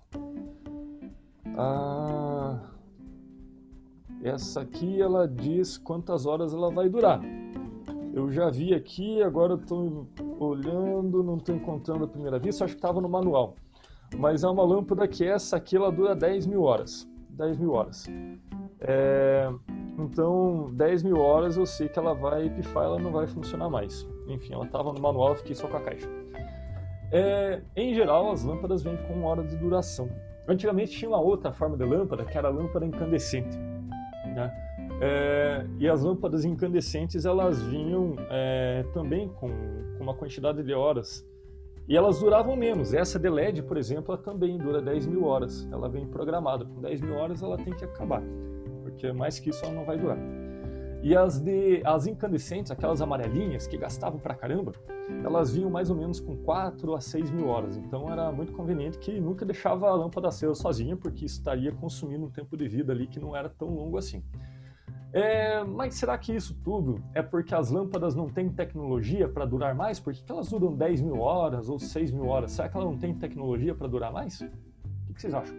Ah, essa aqui ela diz quantas horas ela vai durar. Eu já vi aqui, agora eu estou olhando, não estou encontrando a primeira vista, acho que estava no manual. Mas é uma lâmpada que essa aqui ela dura dez mil horas. dez mil horas. É, então, dez mil horas eu sei que ela vai pifar, ela não vai funcionar mais. Enfim, ela estava no manual, eu fiquei só com a caixa. É, em geral, as lâmpadas vêm com uma hora de duração. Antigamente tinha uma outra forma de lâmpada, que era a lâmpada incandescente, né? É, e as lâmpadas incandescentes, elas vinham é, também com, com uma quantidade de horas. E elas duravam menos. Essa de L E D, por exemplo, ela também dura dez mil horas. Ela vem programada. Com dez mil horas ela tem que acabar, porque mais que isso ela não vai durar. E as, de, as incandescentes, aquelas amarelinhas que gastavam pra caramba, elas vinham mais ou menos com quatro a seis mil horas. Então era muito conveniente que nunca deixava a lâmpada acesa sozinha, porque estaria consumindo um tempo de vida ali que não era tão longo assim. É, mas será que isso tudo é porque as lâmpadas não têm tecnologia para durar mais? Por que elas duram dez mil horas ou seis mil horas? Será que ela não tem tecnologia para durar mais? O que vocês acham?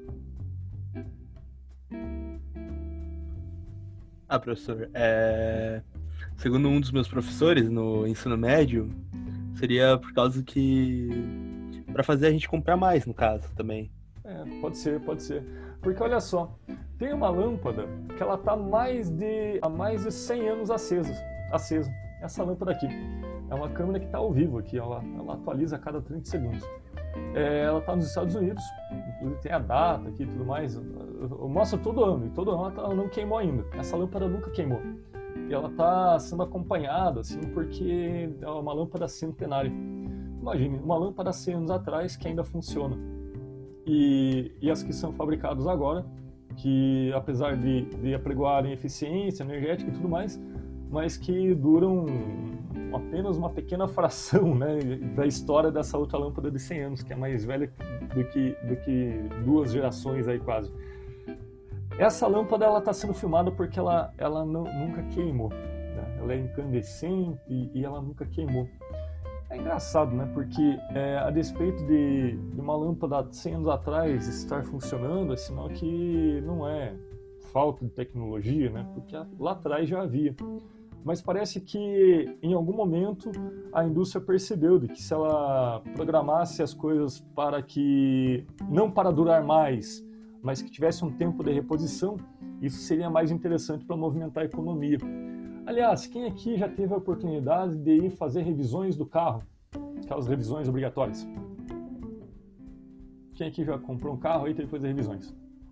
Ah, professor, é... segundo um dos meus professores no ensino médio, seria por causa que... para fazer a gente comprar mais, no caso, também. É, pode ser, pode ser. Porque olha só, tem uma lâmpada que ela está mais de, há mais de cem anos acesa. acesa. Essa lâmpada aqui. É uma câmera que está ao vivo aqui, ela, ela atualiza a cada trinta segundos. É, ela está nos Estados Unidos, inclusive tem a data aqui e tudo mais. Eu, eu, eu mostro todo ano, e todo ano ela não queimou ainda. Essa lâmpada nunca queimou. E ela está sendo acompanhada, assim, porque é uma lâmpada centenária. Imagine, uma lâmpada há cem anos atrás que ainda funciona. E, e as que são fabricadas agora, que apesar de, de apregoarem eficiência energética e tudo mais, mas que duram apenas uma pequena fração, né, da história dessa outra lâmpada de cem anos, que é mais velha do que, do que duas gerações aí quase. Essa lâmpada ela está sendo filmada porque ela, ela não, nunca queimou, né? Ela é incandescente e, e ela nunca queimou. É engraçado, né? Porque é, a despeito de, de uma lâmpada cem anos atrás estar funcionando, é sinal que não é falta de tecnologia, né? Porque lá atrás já havia. Mas parece que em algum momento a indústria percebeu de que se ela programasse as coisas para que, não para durar mais, mas que tivesse um tempo de reposição, isso seria mais interessante para movimentar a economia. Aliás, quem aqui já teve a oportunidade de ir fazer revisões do carro? Aquelas revisões obrigatórias. Quem aqui já comprou um carro e teve que fazer revisões?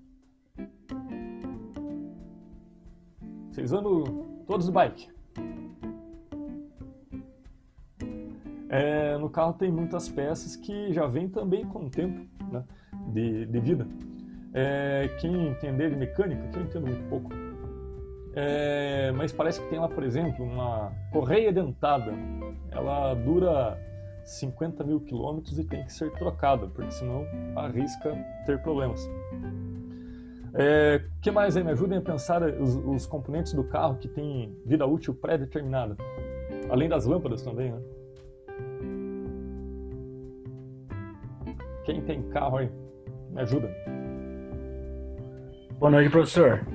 Vocês andam todos de bike. É, no carro tem muitas peças que já vêm também com o tempo, né, de, de vida. É, quem entender de mecânica, que eu entendo muito pouco, é, mas parece que tem lá, por exemplo, uma correia dentada. Ela dura cinquenta mil quilômetros e tem que ser trocada, porque senão arrisca ter problemas. É, que mais aí? Me ajudem a pensar os, os componentes do carro que tem vida útil pré-determinada. Além das lâmpadas também, né? Quem tem carro aí? Me ajuda. Boa noite, professor.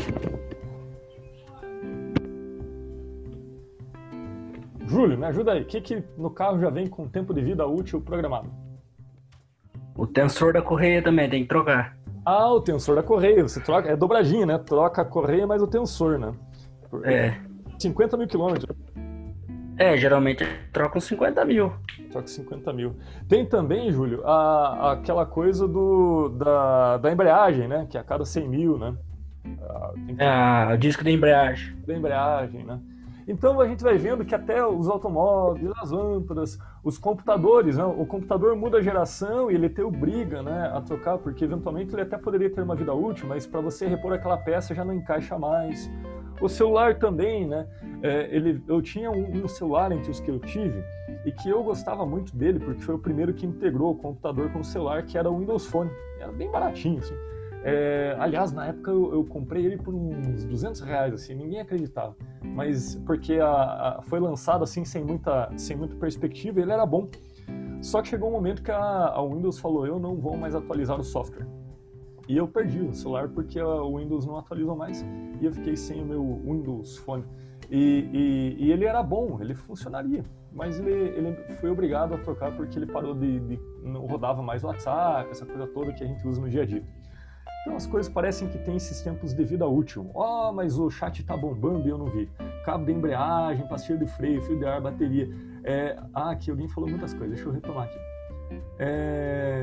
Júlio, me ajuda aí. O que, que no carro já vem com tempo de vida útil programado? O tensor da correia também tem que trocar. Ah, o tensor da correia. Você troca, é dobradinha, né? Troca a correia mais o tensor, né? É. cinquenta mil quilômetros. É, geralmente troca uns cinquenta mil. Troca cinquenta mil. Tem também, Júlio, a, aquela coisa do, da, da embreagem, né? Que é a cada cem mil, né? Ah, tem que... Ah, o disco de embreagem. Da embreagem, né? Então a gente vai vendo que até os automóveis, as lâmpadas, os computadores, né? O computador muda a geração e ele te obriga, né, a trocar, porque eventualmente ele até poderia ter uma vida útil, mas para você repor aquela peça já não encaixa mais. O celular também, né? É, ele, eu tinha um, um celular entre os que eu tive e que eu gostava muito dele porque foi o primeiro que integrou o computador com o celular, que era o Windows Phone. Era bem baratinho, assim. É, aliás, na época eu, eu comprei ele por uns duzentos reais, assim, ninguém acreditava. Mas porque a, a, foi lançado assim sem muita, sem muita perspectiva, ele era bom. Só que chegou um momento que a, a Windows falou, eu não vou mais atualizar o software. E eu perdi o celular porque a, o Windows não atualizou mais e eu fiquei sem o meu Windows Phone. E, e, e ele era bom, ele funcionaria, mas ele, ele foi obrigado a trocar porque ele parou de, de não rodava mais o WhatsApp, essa coisa toda que a gente usa no dia a dia. Então as coisas parecem que tem esses tempos de vida útil. Ó, oh, mas o chat tá bombando e eu não vi. Cabo de embreagem, pastilha de freio, fio de ar, bateria. É... Ah, aqui alguém falou muitas coisas, deixa eu retomar aqui. É...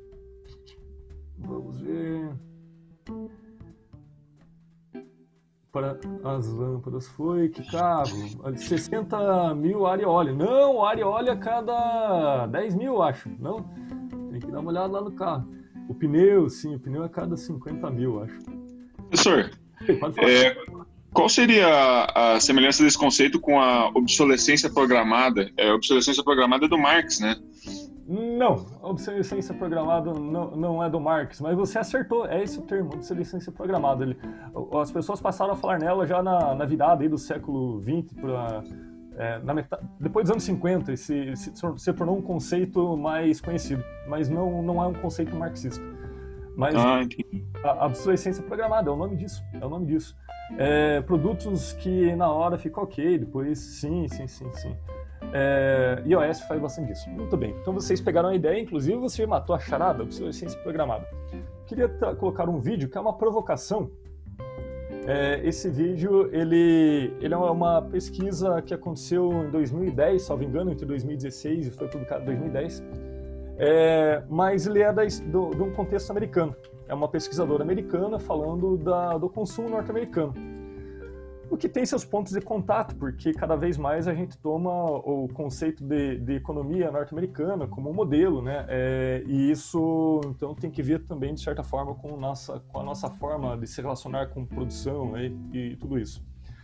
Vamos ver... Para as lâmpadas foi, que carro? sessenta mil ar e óleo. Não, ar e óleo a cada dez mil, acho. Não? Tem que dar uma olhada lá no carro. O pneu, sim, o pneu é a cada cinquenta mil, acho. Professor, Pode falar. é, qual seria a, a semelhança desse conceito com a obsolescência programada? É, a obsolescência programada é do Marx, né? Não, a obsolescência programada não, não é do Marx, mas você acertou, é esse o termo, obsolescência programada. Ele, as pessoas passaram a falar nela já na, na virada aí do século vinte para... É, na metade, depois dos anos cinquenta, esse, se, se tornou um conceito mais conhecido, mas não, não é um conceito marxista. Mas ah, a, a obsolescência programada é o nome disso, é o nome disso. É, produtos que na hora ficam ok, depois sim, sim, sim, sim. É, iOS faz bastante disso. Muito bem, então vocês pegaram a ideia, inclusive você matou a charada, obsolescência programada. Queria colocar um vídeo que é uma provocação. É, esse vídeo, ele, ele é uma pesquisa que aconteceu em dois mil e dez, salvo engano, entre dois mil e dezesseis e foi publicado em dois mil e dez, é, mas ele é da, do, de um contexto americano. É uma pesquisadora americana falando da, do consumo norte-americano. O que tem seus pontos de contato, porque cada vez mais a gente toma o conceito de, de economia norte-americana como um modelo, né? É, e isso, então, tem que ver também, de certa forma, com, nossa, com a nossa forma de se relacionar com produção, né? e, e tudo isso.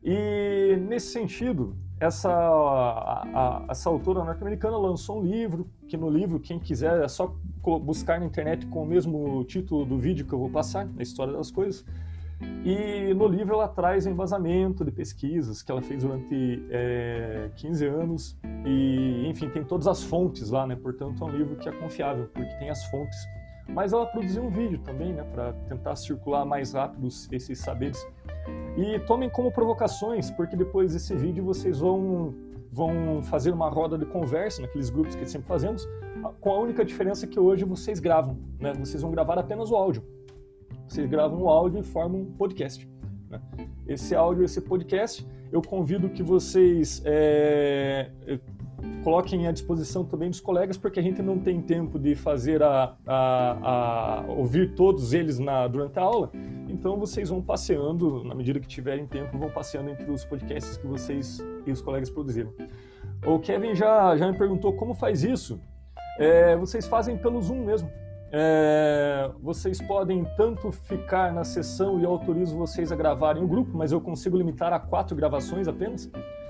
E, nesse sentido, essa, a, a, essa autora norte-americana lançou um livro, que no livro, quem quiser, é só buscar na internet com o mesmo título do vídeo que eu vou passar, A História das Coisas. E no livro ela traz um embasamento de pesquisas que ela fez durante é, quinze anos e, enfim, tem todas as fontes lá, né? Portanto, é um livro que é confiável, porque tem as fontes. Mas ela produziu um vídeo também, né? Para tentar circular mais rápido esses saberes. E tomem como provocações, porque depois desse vídeo vocês vão, vão fazer uma roda de conversa naqueles grupos que sempre fazemos, com a única diferença que hoje vocês gravam, né? Vocês vão gravar apenas o áudio. Vocês gravam o áudio e formam um podcast, né? Esse áudio, esse podcast, eu convido que vocês é, coloquem à disposição também dos colegas, porque a gente não tem tempo de fazer a, a, a ouvir todos eles na, durante a aula, então vocês vão passeando, na medida que tiverem tempo, vão passeando entre os podcasts que vocês e os colegas produziram. O Kevin já, já me perguntou como faz isso. É, vocês fazem pelo Zoom mesmo. É, vocês podem tanto ficar na sessão e eu autorizo vocês a gravarem o grupo, mas eu consigo limitar a quatro gravações apenas.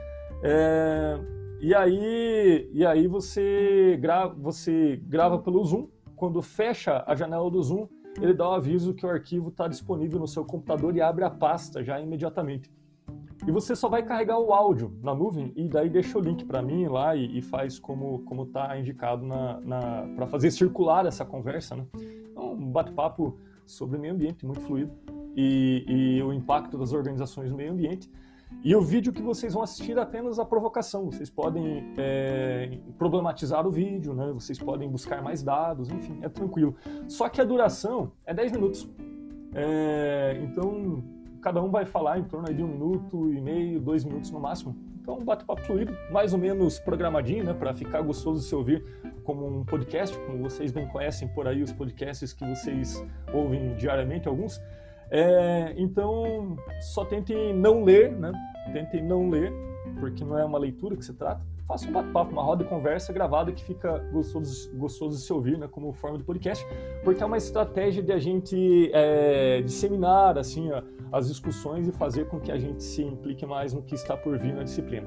É, e aí, e aí você, grava, você grava pelo Zoom. Quando fecha a janela do Zoom, ele dá o aviso que o arquivo está disponível no seu computador e abre a pasta já imediatamente. E você só vai carregar o áudio na nuvem e daí deixa o link para mim lá e, e faz como como está indicado na, na, para fazer circular essa conversa, né? Então, um bate-papo sobre meio ambiente muito fluido e, e o impacto das organizações no meio ambiente. E o vídeo que vocês vão assistir é apenas a provocação. Vocês podem é, problematizar o vídeo, né? Vocês podem buscar mais dados, enfim, é tranquilo. Só que a duração é dez minutos. É, então... Cada um vai falar em torno de um minuto e meio, dois minutos no máximo. Então, um bate-papo fluido, mais ou menos programadinho, né? Para ficar gostoso de se ouvir como um podcast, como vocês bem conhecem por aí os podcasts que vocês ouvem diariamente, alguns. É, então, só tentem não ler, né? Tentem não ler, porque não é uma leitura que se trata. Faça um bate-papo, uma roda de conversa gravada que fica gostoso, gostoso de se ouvir, né, como forma de podcast, porque é uma estratégia de a gente é, disseminar assim, ó, as discussões e fazer com que a gente se implique mais no que está por vir na disciplina.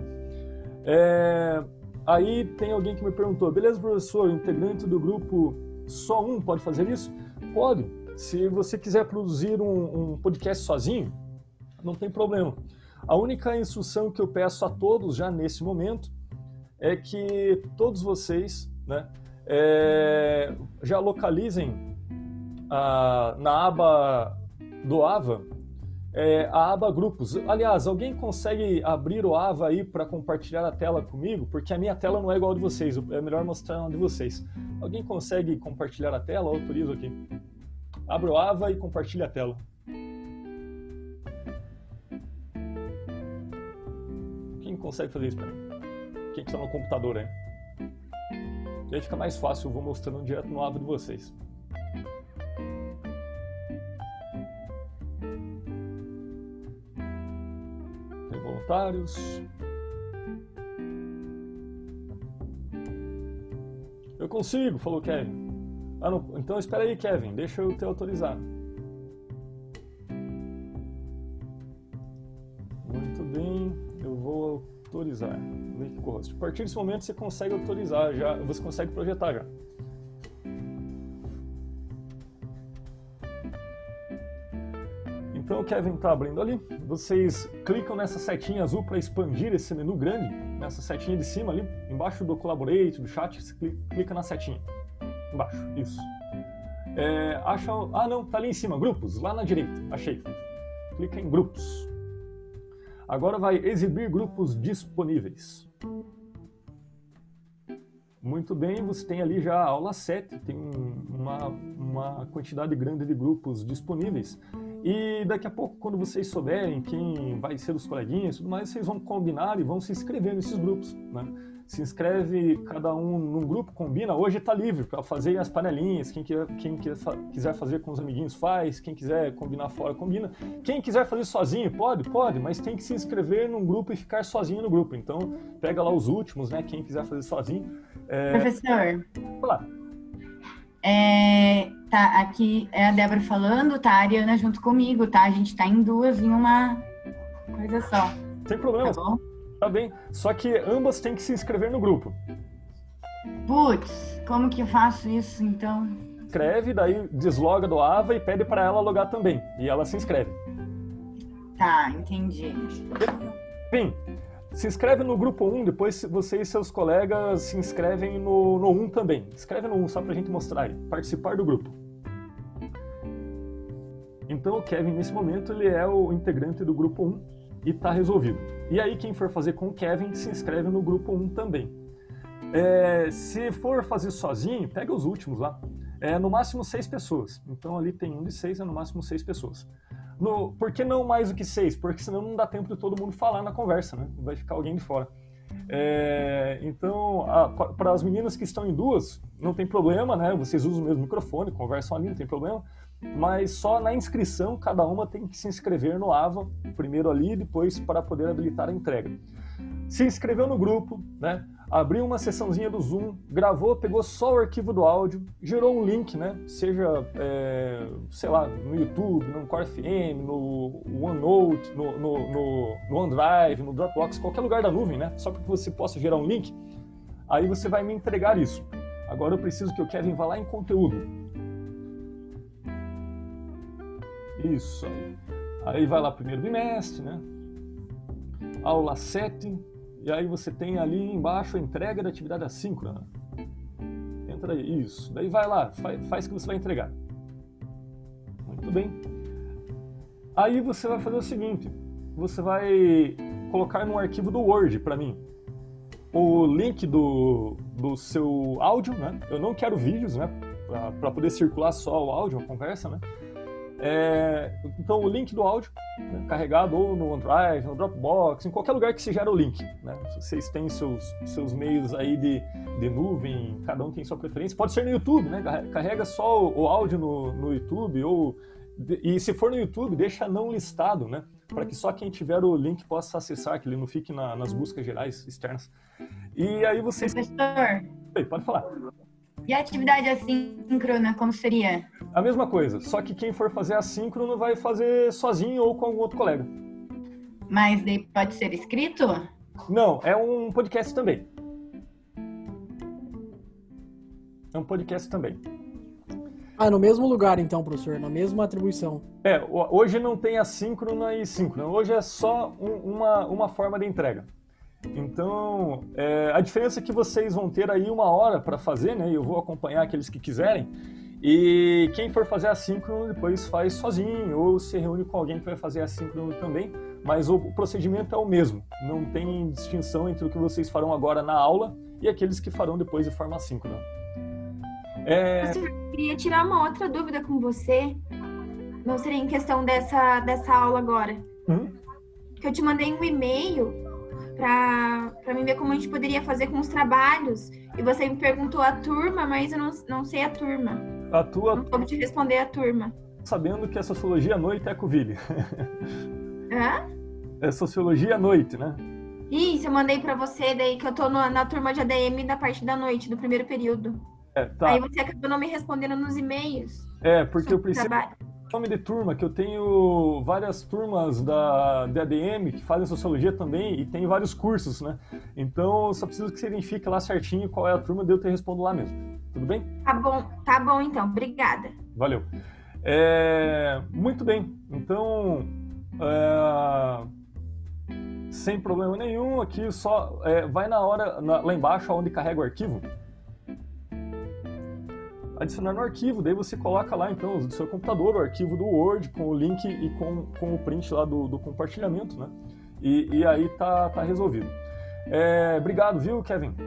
É, aí tem alguém que me perguntou, beleza, professor, integrante do grupo, só um pode fazer isso? Pode. Se você quiser produzir um, um podcast sozinho, não tem problema. A única instrução que eu peço a todos já nesse momento é que todos vocês, né, é, já localizem a, na aba do Ava é, a aba Grupos. Aliás, alguém consegue abrir o Ava aí para compartilhar a tela comigo? Porque a minha tela não é igual a de vocês, é melhor mostrar a de vocês. Alguém consegue compartilhar a tela? Eu autorizo aqui. Abre o Ava e compartilha a tela. Quem consegue fazer isso para mim? Quem está no computador aí. E aí fica mais fácil, eu vou mostrando direto no Ava de vocês. Tem voluntários. Eu consigo, falou Kevin. Ah, não, então espera aí, Kevin, deixa eu te autorizar. Muito bem, eu vou autorizar. A partir desse momento você consegue autorizar já, você consegue projetar já. Então o Kevin está abrindo ali. Vocês clicam nessa setinha azul para expandir esse menu grande, nessa setinha de cima ali, embaixo do Collaborate, do chat, você clica na setinha. Embaixo, isso. É, acha, ah não, tá ali em cima, grupos, lá na direita, achei. Clica em grupos. Agora vai exibir grupos disponíveis. Muito bem, você tem ali já a aula sete, tem uma, uma quantidade grande de grupos disponíveis. E daqui a pouco, quando vocês souberem quem vai ser os coleguinhas e tudo mais, vocês vão combinar e vão se inscrever nesses grupos, né? Se inscreve cada um num grupo, combina. Hoje está livre para fazer as panelinhas. Quem, quer, quem quer, quiser fazer com os amiguinhos faz. Quem quiser combinar fora, combina. Quem quiser fazer sozinho, pode? Pode, mas tem que se inscrever num grupo e ficar sozinho no grupo. Então, pega lá os últimos, né? Quem quiser fazer sozinho. É... Professor. Olá. É, tá, aqui é a Débora falando, tá? A Ariana junto comigo, tá? A gente tá em duas em uma coisa só. Sem Tá problema, bom? tá bem. Só que ambas têm que se inscrever no grupo. Putz, como que eu faço isso então? Inscreve, daí desloga do Ava e pede para ela logar também. E ela se inscreve. Tá, entendi. Enfim, se inscreve no grupo um, depois você e seus colegas se inscrevem no, no um também. Escreve no um, só pra gente mostrar aí. Participar do grupo. Então o Kevin, nesse momento, ele é o integrante do grupo um e tá resolvido. E aí, quem for fazer com o Kevin, se inscreve no grupo um também. É, se for fazer sozinho, pega os últimos lá. É no máximo seis pessoas. Então ali tem um de seis, é no máximo seis pessoas. No, por que não mais do que seis? Porque senão não dá tempo de todo mundo falar na conversa, né? Vai ficar alguém de fora. É, então, para as meninas que estão em duas, não tem problema, né? Vocês usam o mesmo microfone, conversam ali, não tem problema. Mas só na inscrição, cada uma tem que se inscrever no Ava, primeiro ali, depois para poder habilitar a entrega. Se inscreveu no grupo, né? Abriu uma sessãozinha do Zoom, gravou, pegou só o arquivo do áudio, gerou um link, né? Seja, é, sei lá, no YouTube, no Core F M, no OneNote, no, no, no, no OneDrive, no Dropbox, qualquer lugar da nuvem, né? Só para que você possa gerar um link. Aí você vai me entregar isso. Agora eu preciso que o Kevin vá lá em conteúdo. Isso aí. Aí vai lá primeiro bimestre, né? Aula sete. E aí você tem ali embaixo a entrega da atividade assíncrona. Entra aí, isso. Daí vai lá, faz, faz o que você vai entregar. Muito bem. Aí você vai fazer o seguinte, você vai colocar num arquivo do Word para mim o link do, do seu áudio, né? Eu não quero vídeos, né? Para poder circular só o áudio, a conversa, né? É, então o link do áudio, né, carregado ou no OneDrive, no Dropbox, em qualquer lugar que se gera o link, né? Vocês têm seus, seus meios aí de, de nuvem, cada um tem sua preferência, pode ser no YouTube, né? Carrega só o, o áudio no, no YouTube, ou, e se for no YouTube, deixa não listado, né? Para que só quem tiver o link possa acessar, que ele não fique na, nas buscas gerais externas. E aí vocês... Professor, Ei, pode falar. e a atividade assíncrona, como seria? A mesma coisa, só que quem for fazer assíncrono vai fazer sozinho ou com algum outro colega. Mas daí pode ser escrito? Não, é um podcast também. É um podcast também. Ah, no mesmo lugar então, professor, na mesma atribuição. É, hoje não tem assíncrona e síncrona, hoje é só um, uma, uma forma de entrega. Então, é, a diferença é que vocês vão ter aí uma hora para fazer, né? Eu vou acompanhar aqueles que quiserem. E quem for fazer assíncrono depois faz sozinho ou se reúne com alguém que vai fazer assíncrono também. Mas o procedimento é o mesmo. Não tem distinção entre o que vocês farão agora na aula e aqueles que farão depois de forma assíncrona. É... Professor, eu queria tirar uma outra dúvida com você. Não seria em questão dessa, dessa aula agora. Hum? Que eu te mandei um e-mail para mim ver como a gente poderia fazer com os trabalhos. E você me perguntou a turma, mas eu não, não sei a turma. A tua... Não soube te responder a turma. Sabendo que é Sociologia à Noite é Covile. Hã? É Sociologia à Noite, né? Isso, eu mandei para você daí que eu tô no, na turma de A D M da parte da noite, do primeiro período. É, tá. Aí você acabou não me respondendo nos e-mails. É, porque eu sobre o preciso... trabalho. nome de turma, que eu tenho várias turmas da, da A D M que fazem sociologia também e tem vários cursos, né? Então, eu só preciso que você identifique lá certinho qual é a turma, daí eu te respondo lá mesmo. Tudo bem? Tá bom, tá bom então. Obrigada. Valeu. É, muito bem. Então, é, sem problema nenhum, aqui só é, vai na hora, na, lá embaixo, onde carrega o arquivo. Adicionar no arquivo, daí você coloca lá então do seu computador o arquivo do Word com o link e com, com o print lá do, do compartilhamento, né? E, e aí tá, tá resolvido. É, obrigado, viu, Kevin?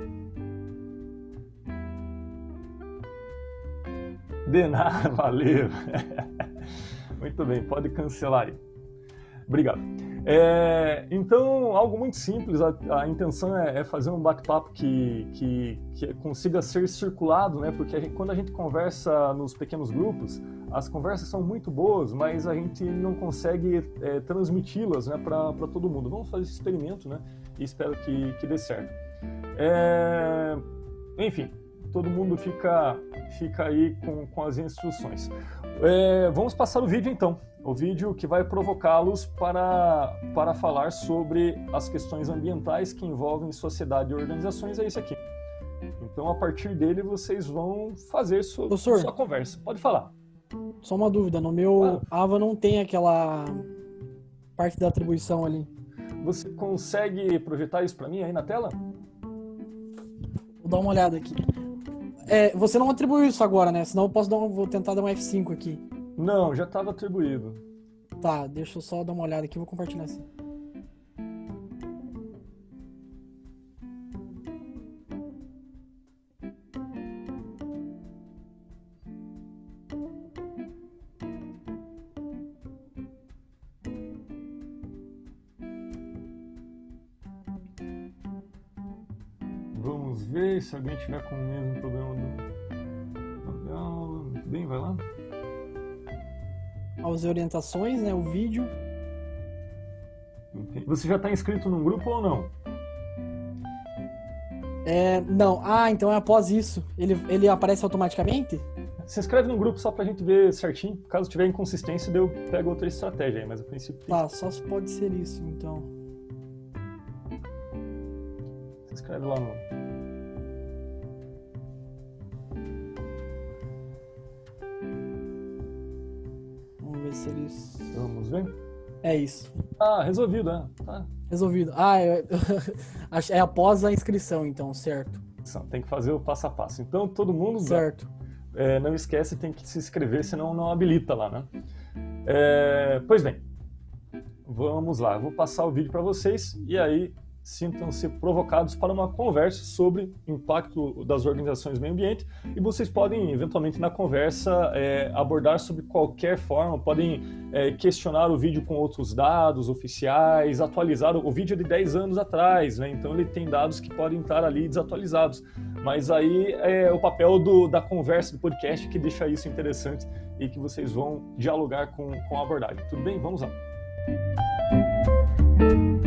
De nada, valeu. Muito bem, pode cancelar aí. Obrigado. É, então, algo muito simples, a, a intenção é, é fazer um bate-papo que, que, que consiga ser circulado, né? Porque a gente, quando a gente conversa nos pequenos grupos, as conversas são muito boas, mas a gente não consegue é, transmiti-las, né, para todo mundo. Vamos fazer esse experimento, né? E espero que, que dê certo. É, enfim, todo mundo fica, fica aí com, com as instruções. É, vamos passar o vídeo então. O vídeo que vai provocá-los para, para falar sobre as questões ambientais que envolvem sociedade e organizações é esse aqui. Então, a partir dele, vocês vão fazer sua, Professor. sua conversa. Pode falar. Só uma dúvida, no meu Claro. Ava não tem aquela parte da atribuição ali. Você consegue projetar isso para mim aí na tela? Vou dar uma olhada aqui. É, você não atribuiu isso agora, né? Senão eu posso dar um, vou tentar dar um F cinco aqui. Não, já estava atribuído. Tá, deixa eu só dar uma olhada aqui e vou compartilhar assim. Vamos ver se alguém tiver com o mesmo problema do... Legal, muito bem, vai lá. As orientações, né? O vídeo. Entendi. Você já está inscrito num grupo ou não? É, não. Ah, então é após isso. Ele, ele aparece automaticamente? Se inscreve num grupo só pra gente ver certinho. Caso tiver inconsistência, eu pego outra estratégia aí, mas a princípio tem. Tá, só pode ser isso, então. Se inscreve lá no... Vamos ver se eles... Vamos ver? É isso. Ah, resolvido, né? Tá. Resolvido. Ah, é, é após a inscrição, então, certo. Tem que fazer o passo a passo. Então, todo mundo... Certo. É, não esquece, tem que se inscrever, senão não habilita lá, né? É, pois bem, vamos lá. Eu vou passar o vídeo para vocês e aí sintam-se provocados para uma conversa sobre o impacto das organizações do meio ambiente e vocês podem, eventualmente, na conversa, é, abordar sobre qualquer forma, podem é, questionar o vídeo com outros dados oficiais, atualizar o, o vídeo de dez anos atrás, né? Então ele tem dados que podem estar ali desatualizados, mas aí é o papel do, da conversa, do podcast, que deixa isso interessante e que vocês vão dialogar com, com a abordagem. Tudo bem? Vamos lá.